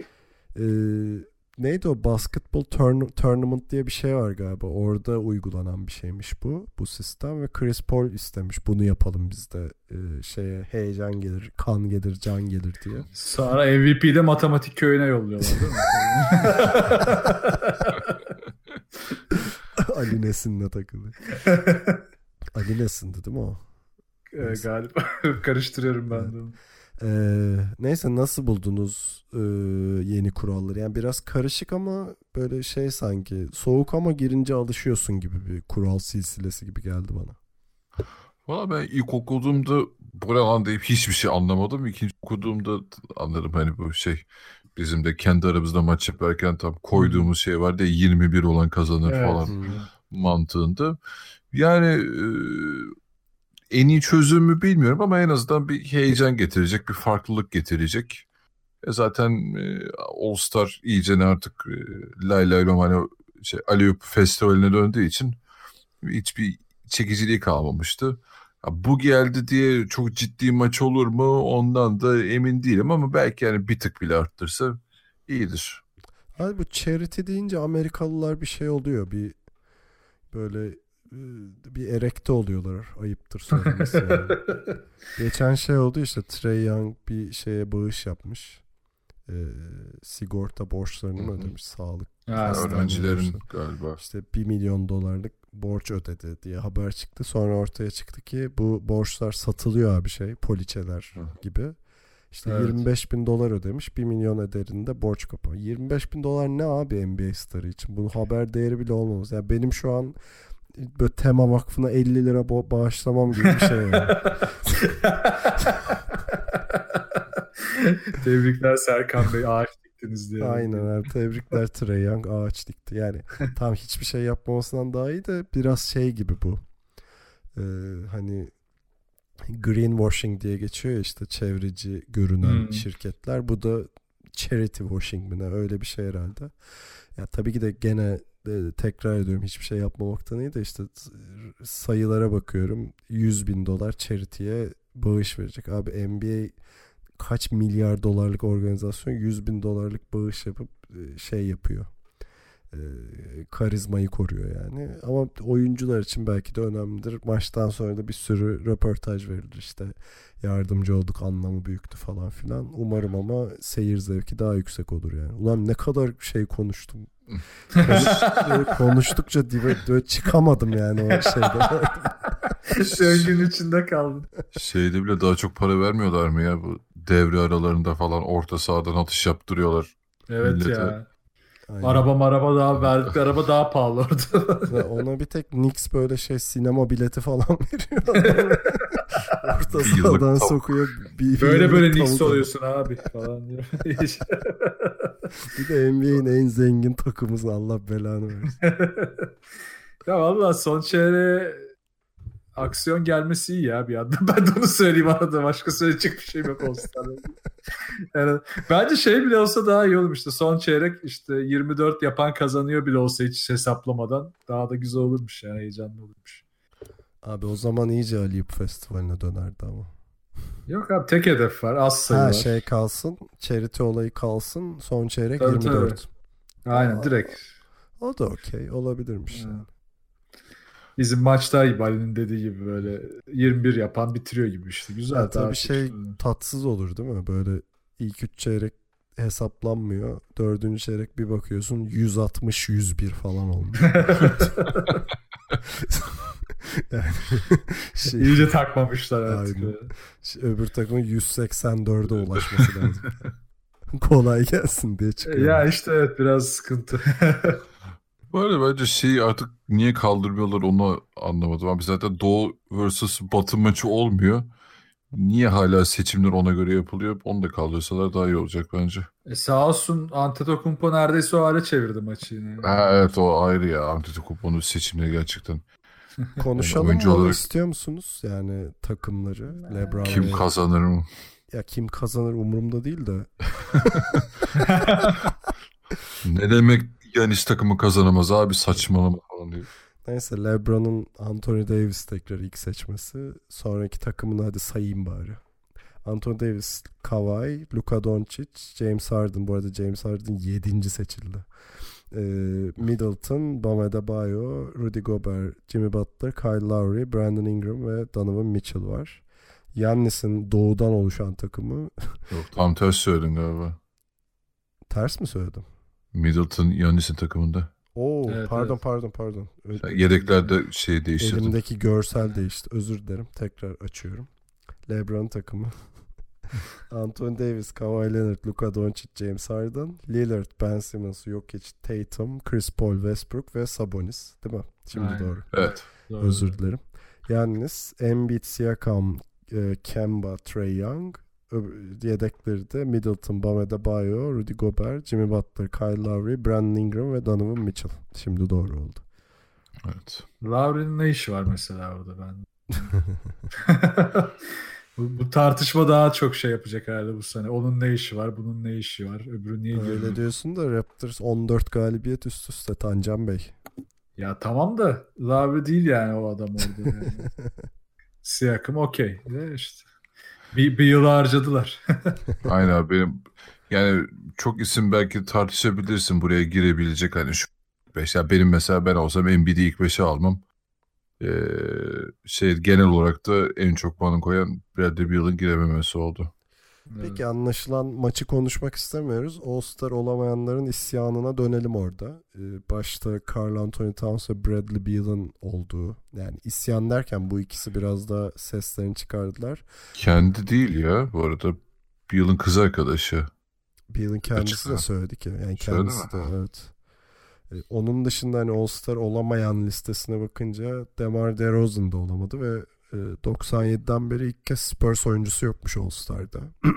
Neydi o? Basketball tournament diye bir şey var galiba. Orada uygulanan bir şeymiş bu sistem ve Chris Paul istemiş. Bunu yapalım biz de heyecan gelir, kan gelir, can gelir diye. Sonra MVP'de matematik köyüne yolluyorlar değil mi? Ali Nesin'le takılı. Ali Nesin'di değil mi o? Galiba. Karıştırıyorum ben de onu. Neyse, nasıl buldunuz yeni kuralları? Yani biraz karışık ama böyle şey, sanki soğuk ama girince alışıyorsun gibi bir kural silsilesi gibi geldi bana. Valla ben ilk okuduğumda bu ne lan deyip hiçbir şey anlamadım. İkinci okuduğumda anladım, hani bu şey, bizim de kendi aramızda maç yaparken tam koyduğumuz şey var ya, 21 olan kazanır Evet. falan mantığında. Yani en iyi çözümü bilmiyorum ama en azından bir heyecan getirecek, bir farklılık getirecek. Zaten All Star iyice artık lay lay lom, hani şey, Alley-oop festivaline döndüğü için hiçbir çekiciliği kalmamıştı. Ya bu geldi diye çok ciddi maç olur mu ondan da emin değilim ama belki yani bir tık bile arttırsa iyidir. Abi bu charity deyince Amerikalılar bir şey oluyor. Bir böyle bir erekte oluyorlar. Ayıptır söylemesi yani. Geçen şey oldu işte, Trae Young bir şeye bağış yapmış. Sigorta borçlarını mı ödemiş? Sağlık. hastane Öğrencilerin borçları. galiba. İşte $1 milyon borç ödedi diye haber çıktı. Sonra ortaya çıktı ki bu borçlar satılıyor abi, şey, poliçeler gibi. İşte Evet. $25,000 ödemiş. $1 milyon ederinde borç kapağı. $25,000 ne abi NBA starı için? Bunun haber değeri bile olmamız. Yani benim şu an böyle Tema Vakfı'na 50 lira bağışlamam gibi bir şey yani. Tebrikler Serkan Bey, ağaç diktiniz diye. Aynen abi, tebrikler Trae Young ağaç dikti. Yani tam hiçbir şey yapmamasından daha iyi de biraz şey gibi bu. Hani greenwashing diye geçiyor ya, işte çevreci görünen şirketler. Bu da charity washing mi ne, öyle bir şey herhalde. Ya tabii ki de gene tekrar ediyorum, hiçbir şey yapmamaktan iyi de işte sayılara bakıyorum. $100,000 charity'ye bağış verecek. Abi NBA kaç milyar dolarlık organizasyon $100,000 bağış yapıp şey yapıyor. Karizmayı koruyor yani. Ama oyuncular için belki de önemlidir. Maçtan sonra da bir sürü röportaj verilir, işte yardımcı olduk, anlamı büyüktü falan filan. Umarım ama seyir zevki daha yüksek olur yani. Ulan ne kadar şey konuştum. Konuştukça dibe çıkamadım yani o şeyden. Döngünün içinde kaldın. Şeyde bile daha çok para vermiyorlar mı ya, bu devre aralarında falan orta sahadan atış yaptırıyorlar. Evet Millete. ya. Aynen. Araba daha verdik, araba daha pahalı orada. Ve ona bir tek Knicks böyle şey sinema bileti falan veriyor. Orta Bir yıllık sahadan tavuk. sokuyor. Böyle yıllık Knicks tavuk. oluyorsun abi falan diyor. Bir de NBA'in en zengin takımısın, Allah belanı versin. Ya vallahi son çeyreğe aksiyon gelmesi iyi ya bir anda. Ben de onu söyleyeyim arada. Başka söyleyecek bir şeyim yok olsun. Yani, bence şey bile olsa daha iyi olmuş. İşte son çeyrek işte 24 yapan kazanıyor bile olsa hiç hesaplamadan. Daha da güzel olurmuş yani, heyecanlı olurmuş. Abi o zaman iyice Alley-oop Festivali'ne dönerdi ama. Yok abi, tek hedef var. Az sayı Ha, var. şey kalsın. Charity olayı kalsın. Son çeyrek Tabii, 24. Aynen, direkt. O da okey. Olabilirmiş yani. Bizim maçta gibi, Ali'nin dediği gibi böyle 21 yapan bitiriyor gibi işte. Güzel. Ya tabii daha şey çok- tatsız olur değil mi? Böyle ilk 3 çeyrek hesaplanmıyor. 4. çeyrek bir bakıyorsun 160-101 falan olmuş. Yani İyice takmamışlar artık. Aynen. Öbür takımın 184'e ulaşması lazım. Kolay gelsin diye çıkıyor. Ya işte evet, biraz sıkıntı. Böyle bence şeyi artık niye kaldırmıyorlar onu anlamadım. Abi zaten Doğu vs Batı maçı olmuyor. Niye hala seçimler ona göre yapılıyor? Onu da kaldırsalar daha iyi olacak bence. Sağ olsun Antetokounmpo neredeyse o hale çevirdi maçı yine. Ha, evet, o ayrı ya. Antetokounmpo'nun seçimleri gerçekten. Konuşalım oyuncu mı? olarak- İstiyor musunuz? Yani takımları. LeBron Kim ve- kazanır mı? Ya kim kazanır umurumda değil de. Ne demek Yanis takımı kazanamaz abi, saçmalama falan diyor. Neyse, LeBron'un Anthony Davis tekrar ilk seçmesi. Sonraki takımını hadi sayayım bari. Anthony Davis, Kawhi, Luka Doncic, James Harden. Bu arada James Harden 7. seçildi. Middleton, Bam Adebayo, Rudy Gobert, Jimmy Butler, Kyle Lowry, Brandon Ingram ve Donovan Mitchell var. Giannis'in doğudan oluşan takımı. Yok, tam ters söyledin galiba. Ters mi söyledim? Middleton Yanis'in takımında. Oo, Evet, pardon evet. pardon. Yedeklerde şey değiştirdim. Elimdeki görsel değişti. Özür dilerim. Tekrar açıyorum. LeBron takımı. Anthony Davis, Kawhi Leonard, Luka Doncic, James Harden, Lillard, Ben Simmons, Jokic, Tatum, Chris Paul, Westbrook ve Sabonis. Değil mi? Şimdi Aynen. doğru. Evet. Doğru. Özür dilerim. Giannis, Embiid, Siakam, Kemba, Trae Young. Yedekleri de Middleton, Bam Adebayo, Rudy Gobert, Jimmy Butler, Kyle Lowry, Brandon Ingram ve Donovan Mitchell. Şimdi doğru oldu. Evet. Lowry'nin ne işi var mesela orada ben? Bu tartışma daha çok şey yapacak herhalde bu sene. Onun ne işi var, bunun ne işi var, öbürü niye Öyle girmiyor? diyorsun da Raptors 14 galibiyet üst üste Tancan Bey. Ya tamam da Lowry değil yani o adam orada yani. Siakam okey. İşte. Bir yıl harcadılar. Aynen abi, benim yani çok isim belki tartışabilirsin buraya girebilecek hani şu 5. Ya benim mesela ben olsam Embiid'i ilk 5'e almam. Genel olarak da en çok puanı koyan Bradley Beal'ın girememesi oldu. Peki anlaşılan maçı konuşmak istemiyoruz. All-Star olamayanların isyanına dönelim orada. Başta Karl Anthony Towns ve Bradley Beal'ın olduğu. Yani isyan derken bu ikisi biraz da seslerini çıkardılar. Kendi değil ya bu arada, Beal'ın kız arkadaşı. Beal'ın kendisi Açıkçası. de söyledi ki. Yani Söyledi kendisi mi? de evet. Onun dışında hani All-Star olamayan listesine bakınca DeMar DeRozan da olamadı ve 97'den beri ilk kez Spurs oyuncusu yokmuş All-Star'da.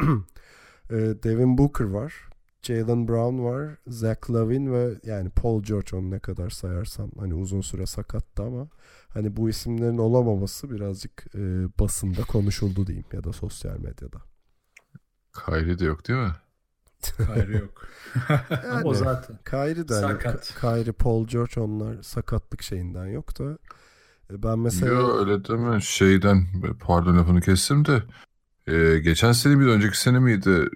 Devin Booker var. Jaylen Brown var. Zach LaVine ve yani Paul George, onu ne kadar sayarsan hani uzun süre sakattı ama hani bu isimlerin olamaması birazcık basında konuşuldu diyeyim ya da sosyal medyada. Kyrie de yok değil mi? Kyrie yok. Ama o zaten. Kyrie de hani Sakat. Kyrie, Paul George onlar sakatlık şeyinden yok da ben mesela Yok öyle deme, pardon lafını kestim de geçen sene miydi önceki sene miydi,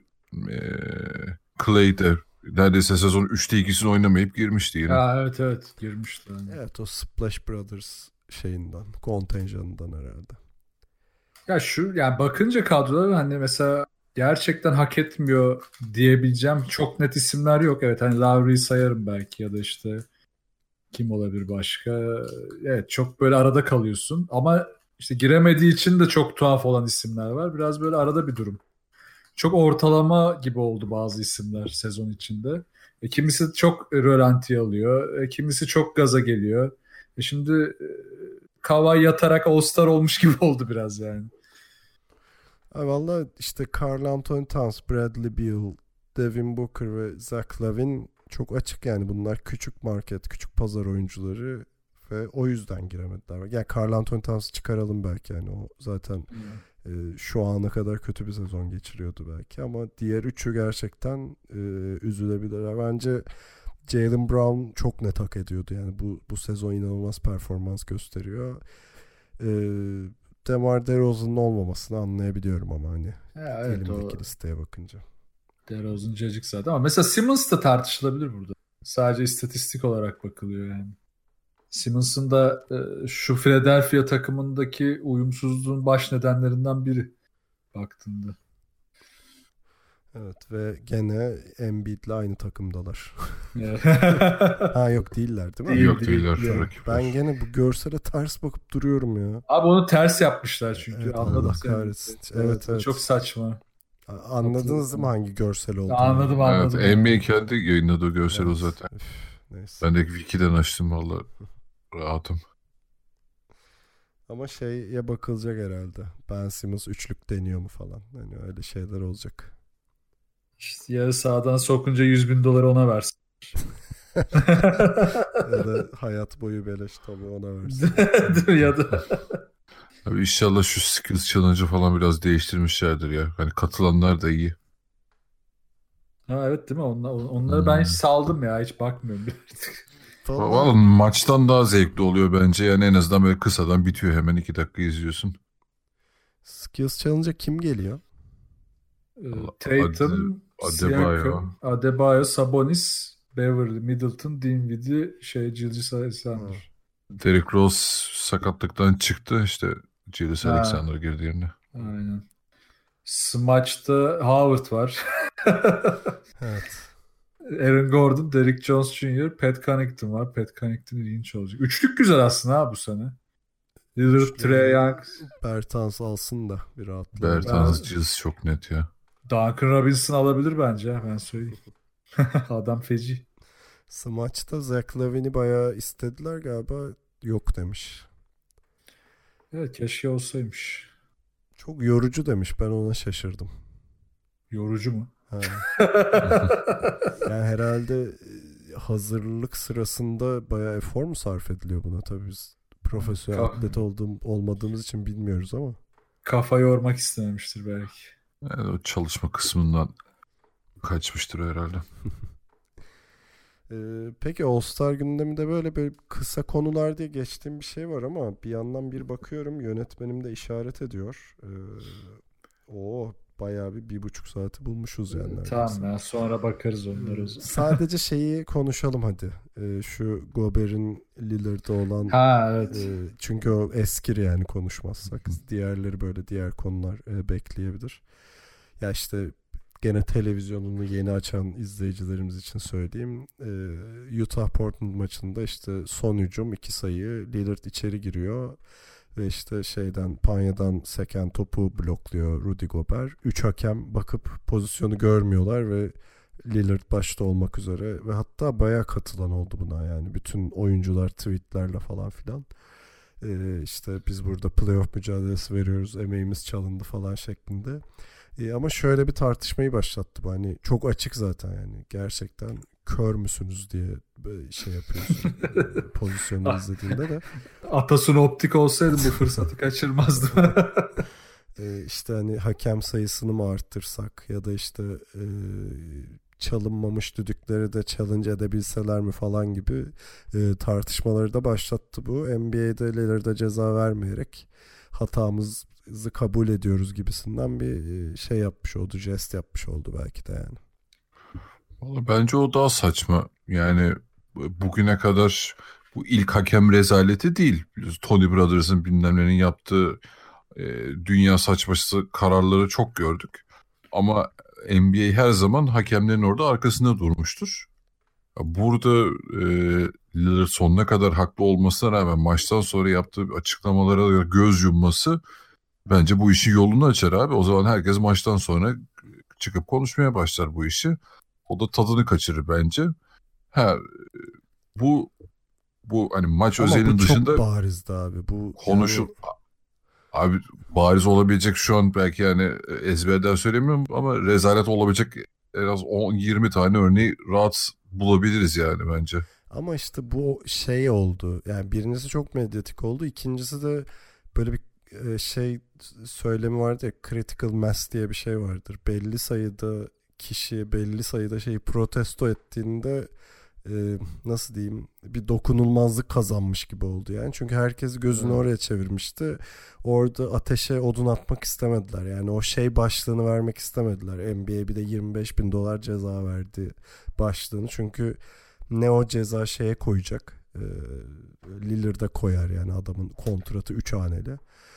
Clay de neredeyse sezon 3'te 2'sini oynamayıp girmişti yine. Evet girmişti. Yani. evet o Splash Brothers şeyinden, kontenjanından herhalde. Ya yani bakınca kadrolar hani mesela gerçekten hak etmiyor diyebileceğim çok net isimler yok. Evet hani Lowry'yi sayarım belki ya da işte kim olabilir başka. Evet çok böyle arada kalıyorsun ama işte giremediği için de çok tuhaf olan isimler var. Biraz böyle arada bir durum. Çok ortalama gibi oldu bazı isimler sezon içinde. Kimisi çok rölantiye alıyor. Kimisi çok gaza geliyor. Şimdi Kawhi yatarak All-Star olmuş gibi oldu biraz yani. Valla işte Karl Anthony Towns, Bradley Beal, Devin Booker ve Zach LaVine çok açık yani bunlar küçük market, küçük pazar oyuncuları ve o yüzden giremediler. Yani Karl Anthony Towns'ı çıkaralım belki yani o zaten şu ana kadar kötü bir sezon geçiriyordu belki ama diğer üçü gerçekten üzülebilirler. Bence Jaylen Brown çok net hak ediyordu yani bu sezon inanılmaz performans gösteriyor. DeMar DeRozan'ın olmamasını anlayabiliyorum ama hani evet, elimdeki listeye bakınca. DeRozan cacık zaten ama mesela Simmons da tartışılabilir burada. Sadece istatistik olarak bakılıyor yani. Simmons'ın da şu Philadelphia takımındaki uyumsuzluğun baş nedenlerinden biri baktığında. Evet ve gene Embiid'le aynı takımdalar. Ha yok değiller değil mi? Yok değiller. Ya, Rakip ben var. gene bu görsele ters bakıp duruyorum ya. Abi onu ters yapmışlar çünkü. Evet, Anladım Allah seni. kahretsin. Evet. Çok saçma. Anladınız değil mi hangi görsel olduğunu? Anladım. Evet, NBA kendi yayınladığı görsel o zaten. Neyse. Ben de Wiki'den açtım valla, rahatım. Ama şeye bakılacak herhalde. Ben Simmons üçlük deniyor mu falan. Hani öyle şeyler olacak. İşte yarı sahadan sokunca $100,000 ona versin. Ya da hayat boyu beleş tabii ona versin. Ya da Abi inşallah şu Skills Challenge'ı falan biraz değiştirmişlerdir ya. Hani katılanlar da iyi. ha, evet değil mi? Onları ben hiç saldım ya. Hiç bakmıyorum artık. Valla maçtan daha zevkli oluyor bence. Yani en azından böyle kısadan bitiyor, hemen 2 dakika izliyorsun. Skills Challenge'a kim geliyor? Tatum, Siakam, Adebayo, Sabonis, Beverly, Middleton, Dinwiddie, Gilgeous Alexander. Derrick Rose sakatlıktan çıktı. İşte Gilgeous Alexander girdi yerine. Aynen. Smaç'ta Howard var. Evet. Aaron Gordon, Derrick Jones Jr., Pat Connaughton var. Pat Connaughton ilginç olacak. Üçlük güzel aslında ha bu sene. Lillard, Trae Young, Bertans alsın da bir rahatlayalım. Bertans cız çok net ya. Duncan Robinson alabilir bence, ben söyleyeyim. Adam feci. Smaç'ta Zach Lavine'i bayağı istediler galiba. Yok demiş. Evet, keşke olsaymış. Çok yorucu demiş. Ben ona şaşırdım. Yorucu mu? Ha. Yani herhalde hazırlık sırasında bayağı efor mu sarf ediliyor buna? Tabii biz profesyonel atlet olmadığımız için bilmiyoruz ama. Kafa yormak istememiştir belki. Yani o çalışma kısmından kaçmıştır herhalde. Peki All-Star gündeminde böyle kısa konular diye geçtiğim bir şey var ama bir yandan bir bakıyorum yönetmenim de işaret ediyor. Bayağı bir buçuk saati bulmuşuz yani. Tamam ya, sonra bakarız onlara. Sadece şeyi konuşalım hadi. Şu Gobert'in Lillard'da olan. Evet. Çünkü o eskir yani konuşmazsak. Diğerleri böyle diğer konular bekleyebilir. Ya işte gene televizyonunu yeni açan izleyicilerimiz için söyleyeyim. Utah Portland maçında işte son hücum 2 sayı. Lillard içeri giriyor. Ve işte Panya'dan seken topu blokluyor Rudy Gobert. 3 hakem bakıp pozisyonu görmüyorlar ve Lillard başta olmak üzere ve hatta bayağı katılan oldu buna yani. Bütün oyuncular tweetlerle falan filan. İşte biz burada playoff mücadelesi veriyoruz, emeğimiz çalındı falan şeklinde. Ama şöyle bir tartışmayı başlattı bu. Hani çok açık zaten yani. Gerçekten kör müsünüz diye şey yapıyorsun. Pozisyonu izlediğinde de. Atasun optik olsaydı bu fırsatı kaçırmazdım. İşte hani hakem sayısını mı arttırsak ya da işte çalınmamış düdükleri de challenge edebilseler mi falan gibi tartışmaları da başlattı bu. NBA'de Lillard'a ceza vermeyerek hatamızı kabul ediyoruz gibisinden bir şey yapmış oldu, jest yapmış oldu belki de yani. Vallahi bence o daha saçma. Yani bugüne kadar bu ilk hakem rezaleti değil. Tony Brothers'ın bilmem nenin yaptığı dünya saçması kararları çok gördük. Ama NBA her zaman hakemlerin orada arkasında durmuştur. Burada Lillard sonuna kadar haklı olmasına rağmen maçtan sonra yaptığı açıklamalara göz yumması bence bu işi yolunu açar abi. O zaman herkes maçtan sonra çıkıp konuşmaya başlar bu işi. O da tadını kaçırır bence. Bu hani maç ama özelinin dışında çok barizdi abi. Bu konuşul abi bariz olabilecek şu an belki yani ezberden söylemiyorum ama rezalet olabilecek en az 10-20 tane örneği rahat bulabiliriz yani bence. Ama işte bu şey oldu. Yani birincisi çok medyatik oldu. İkincisi de böyle bir söylemi vardı ya, critical mass diye bir şey vardır. Belli sayıda kişi belli sayıda şeyi protesto ettiğinde nasıl diyeyim, bir dokunulmazlık kazanmış gibi oldu yani. Çünkü herkes gözünü oraya çevirmişti. Orada ateşe odun atmak istemediler. Yani o başlığını vermek istemediler. NBA bir de $25,000 ceza verdi başlığını. Çünkü ne o ceza koyacak. Lillard'a koyar yani, adamın kontratı 3 haneli.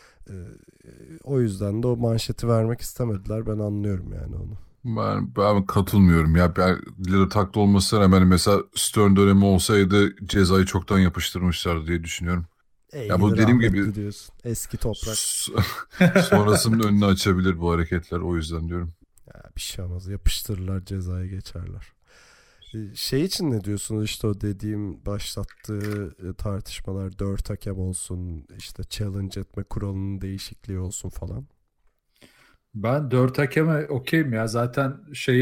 O yüzden de o manşeti vermek istemediler. Ben anlıyorum yani onu. Ben katılmıyorum. Ya Lillard haklı olmasına rağmen mesela Stern dönemi olsaydı cezayı çoktan yapıştırmışlar diye düşünüyorum. Ya bu dediğim gibi diyorsun. Eski toprak. Sonrasının önünü açabilir bu hareketler, o yüzden diyorum. Ya bir şey olmaz. Yapıştırırlar, cezayı geçerler. İçin ne diyorsunuz, işte o dediğim başlattığı tartışmalar, 4 hakem olsun, işte challenge etme kuralının değişikliği olsun falan. Ben 4 hakeme okeyim ya. Zaten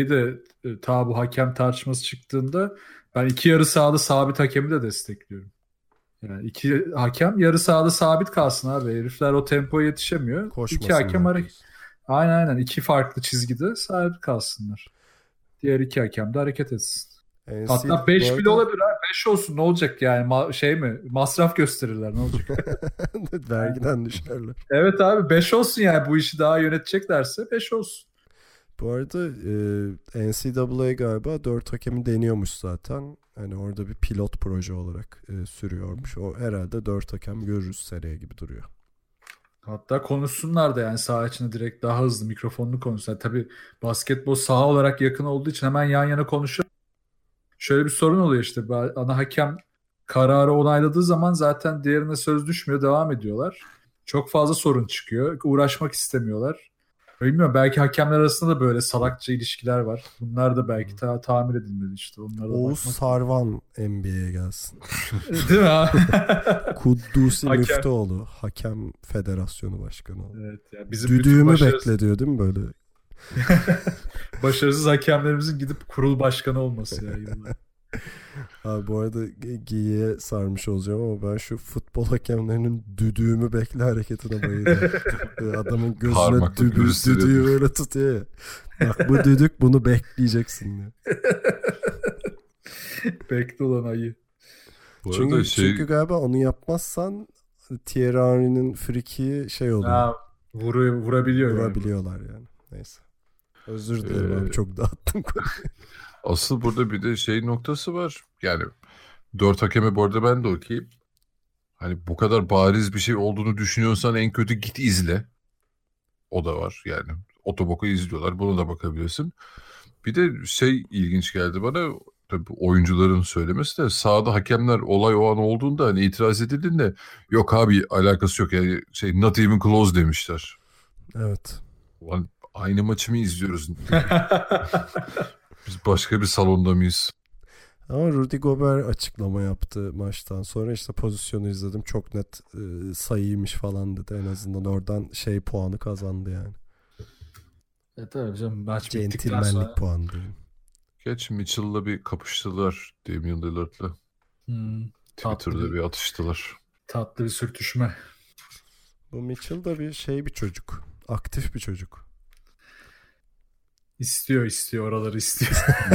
ta bu hakem tartışması çıktığında ben 2 yarı sahada sabit hakemi de destekliyorum. Yani 2 hakem yarı sahada sabit kalsın abi. Herifler o tempoya yetişemiyor. Koşmasın 2 hakem aynen 2 farklı çizgide sabit kalsınlar. Diğer 2 hakem de hareket etsin. Hatta 5 bile olabilir abi. 5 olsun, ne olacak yani, masraf gösterirler, ne olacak? Vergiden düşerler. Evet abi, 5 olsun yani, bu işi daha yöneteceklerse 5 olsun. Bu arada NCAA galiba 4 hakemi deniyormuş zaten. Hani orada bir pilot proje olarak sürüyormuş. O herhalde 4 hakem görürüz seneye gibi duruyor. Hatta konuşsunlar da yani, saha içinde direkt daha hızlı mikrofonlu konuşsunlar. Tabii basketbol saha olarak yakın olduğu için hemen yan yana konuşuyor. Şöyle bir sorun oluyor işte. Ana hakem kararı onayladığı zaman zaten diğerine söz düşmüyor, devam ediyorlar. Çok fazla sorun çıkıyor. Uğraşmak istemiyorlar. Bilmiyorum, belki hakemler arasında da böyle salakça ilişkiler var. Bunlar da belki tamir edilmedi işte. Onlara da Oğuz bakmak. Sarvan NBA'ye gelsin. Değil mi abi? Kuddusi Hakem. Müftüoğlu Hakem Federasyonu Başkanı oldu. Evet, yani bizim bütün Düdüğümü bekle diyor değil mi böyle? başarısız hakemlerimizin gidip kurul başkanı olması ya. Abi bu arada giyiye sarmış olacağım ama ben şu futbol hakemlerinin düdüğümü bekle hareketine bayılıyorum. Adamın gözüne Parmakla gösteriyor. düdüğü böyle tutuyor ya. Bak bu düdük, bunu bekleyeceksin diyor. Bekle olan ayı. Bu Çünkü, arada çünkü galiba onu yapmazsan Thierry Henry'nin friki şey oluyor. Ha, vurabiliyor. Yani. Vurabiliyorlar yani. Neyse. Özür dilerim abi, çok dağıttım konuyu. asıl burada bir de noktası var. Yani 4 hakeme bu arada ben de okeyim. Hani bu kadar bariz bir şey olduğunu düşünüyorsan en kötü git izle. O da var yani. Otoboku izliyorlar. Buna da bakabilirsin. Bir de ilginç geldi bana. Tabii oyuncuların söylemesi de, sahada hakemler olay o an olduğunda hani itiraz edildiğinde yok abi alakası yok yani not even close demişler. Evet. Ulan, aynı maçı mı izliyoruz? Biz başka bir salonda mıyız? Ama Rudy Gobert açıklama yaptı maçtan sonra, işte pozisyonu izledim, çok net sayıymış falan dedi. En azından oradan puanı kazandı yani. Tabii canım, maç bittikten Centilmenlik sonra. puanı diyeyim. Geç Mitchell'la bir kapıştılar, Damian Lillard'la. Twitter'da bir atıştılar. Tatlı bir sürtüşme. Bu Mitchell da bir çocuk. Aktif bir çocuk. İstiyor oraları istiyor.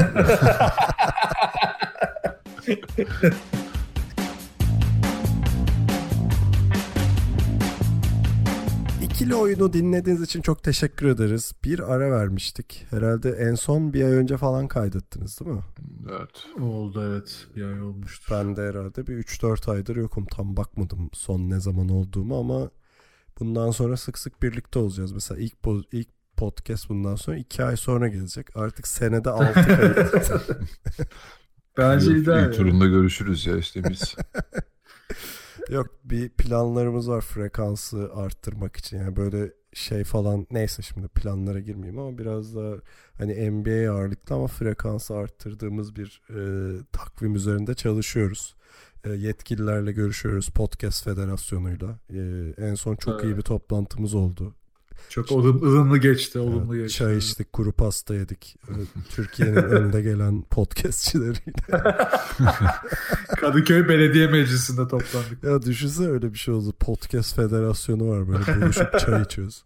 İkili oyunu dinlediğiniz için çok teşekkür ederiz. Bir ara vermiştik. Herhalde en son bir ay önce falan kaydettiniz değil mi? Evet. Oldu, evet. Bir ay olmuştur. Ben de herhalde bir 3-4 aydır yokum. Tam bakmadım son ne zaman olduğumu ama bundan sonra sık sık birlikte olacağız. Mesela ilk podcast bundan sonra 2 ay sonra gelecek. Artık senede 6 kayıt. Bence ideal. İlk turunda görüşürüz ya işte biz. Yok, bir planlarımız var frekansı arttırmak için. Yani böyle falan, neyse şimdi planlara girmeyeyim ama biraz daha hani NBA ağırlıklı ama frekansı arttırdığımız bir takvim üzerinde çalışıyoruz. Yetkililerle görüşüyoruz, Podcast Federasyonu'yla. En son çok iyi bir toplantımız oldu. Çok ılımlı geçti, olumlu geçti. Çay içtik, kuru pasta yedik. Türkiye'nin önde gelen podcastçileriyle. Kadıköy Belediye Meclisi'nde toplandık. Ya düşünsene, öyle bir şey oldu. Podcast Federasyonu var, böyle buluşup çay içiyoruz.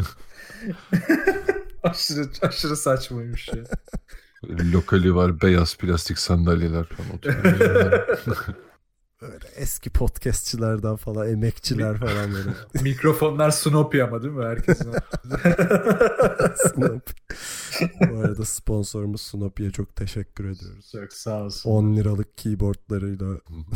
aşırı saçmaymış ya. Lokali var, beyaz plastik sandalyeler falan oturuyor. Böyle eski podcastçilerden falan, emekçiler falan böyle. Mikrofonlar Snoopy ama değil mi? Herkesin. Snoopy. Bu arada sponsorumuz Snoopy'ye çok teşekkür ediyoruz. Çok sağ olsun. 10 liralık keyboardlarıyla.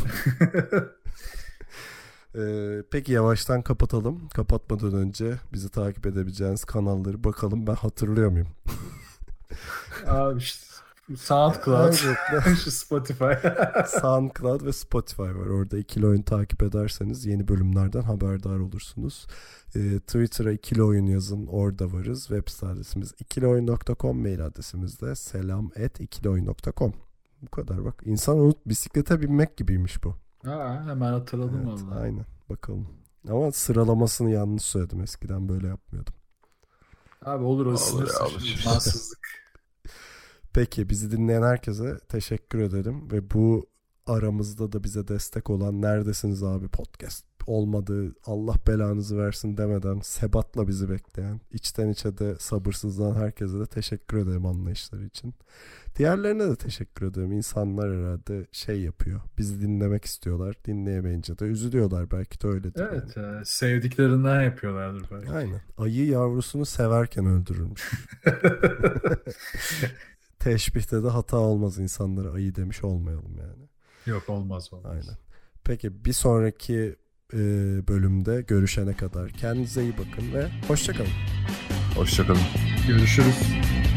Peki yavaştan kapatalım. Kapatmadan önce bizi takip edebileceğiniz kanalları bakalım, ben hatırlıyor muyum? Abi işte SoundCloud, Spotify. SoundCloud ve Spotify var. Orada ikili oyun takip ederseniz yeni bölümlerden haberdar olursunuz. Twitter'a ikili oyun yazın, orada varız. Web site adresimiz ikilioyun.com, mail adresimiz de selam@ikilioyun.com. Bu kadar bak. İnsan bisiklete binmek gibiymiş bu. Hemen hatırladım Evet, vallahi. aynen. Bakalım. Ama sıralamasını yanlış söyledim. Eskiden böyle yapmıyordum. Abi olur, o sınırsızlık. Peki, bizi dinleyen herkese teşekkür ederim ve bu aramızda da bize destek olan "neredesiniz abi podcast olmadı, Allah belanızı versin" demeden sebatla bizi bekleyen, içten içe de sabırsızlanan herkese de teşekkür ederim anlayışları için. Diğerlerine de teşekkür ederim. İnsanlar herhalde yapıyor. Bizi dinlemek istiyorlar. Dinleyemeyince de üzülüyorlar. Belki de öyledir. Evet, yani. Sevdiklerinden yapıyorlardır belki. Aynen. Ayı yavrusunu severken öldürürmüş. Teşbihte de hata olmaz, insanlara ayı demiş olmayalım yani. Yok, olmaz. Aynen. Peki bir sonraki bölümde görüşene kadar kendinize iyi bakın ve hoşça kalın. Hoşçakalın. Görüşürüz.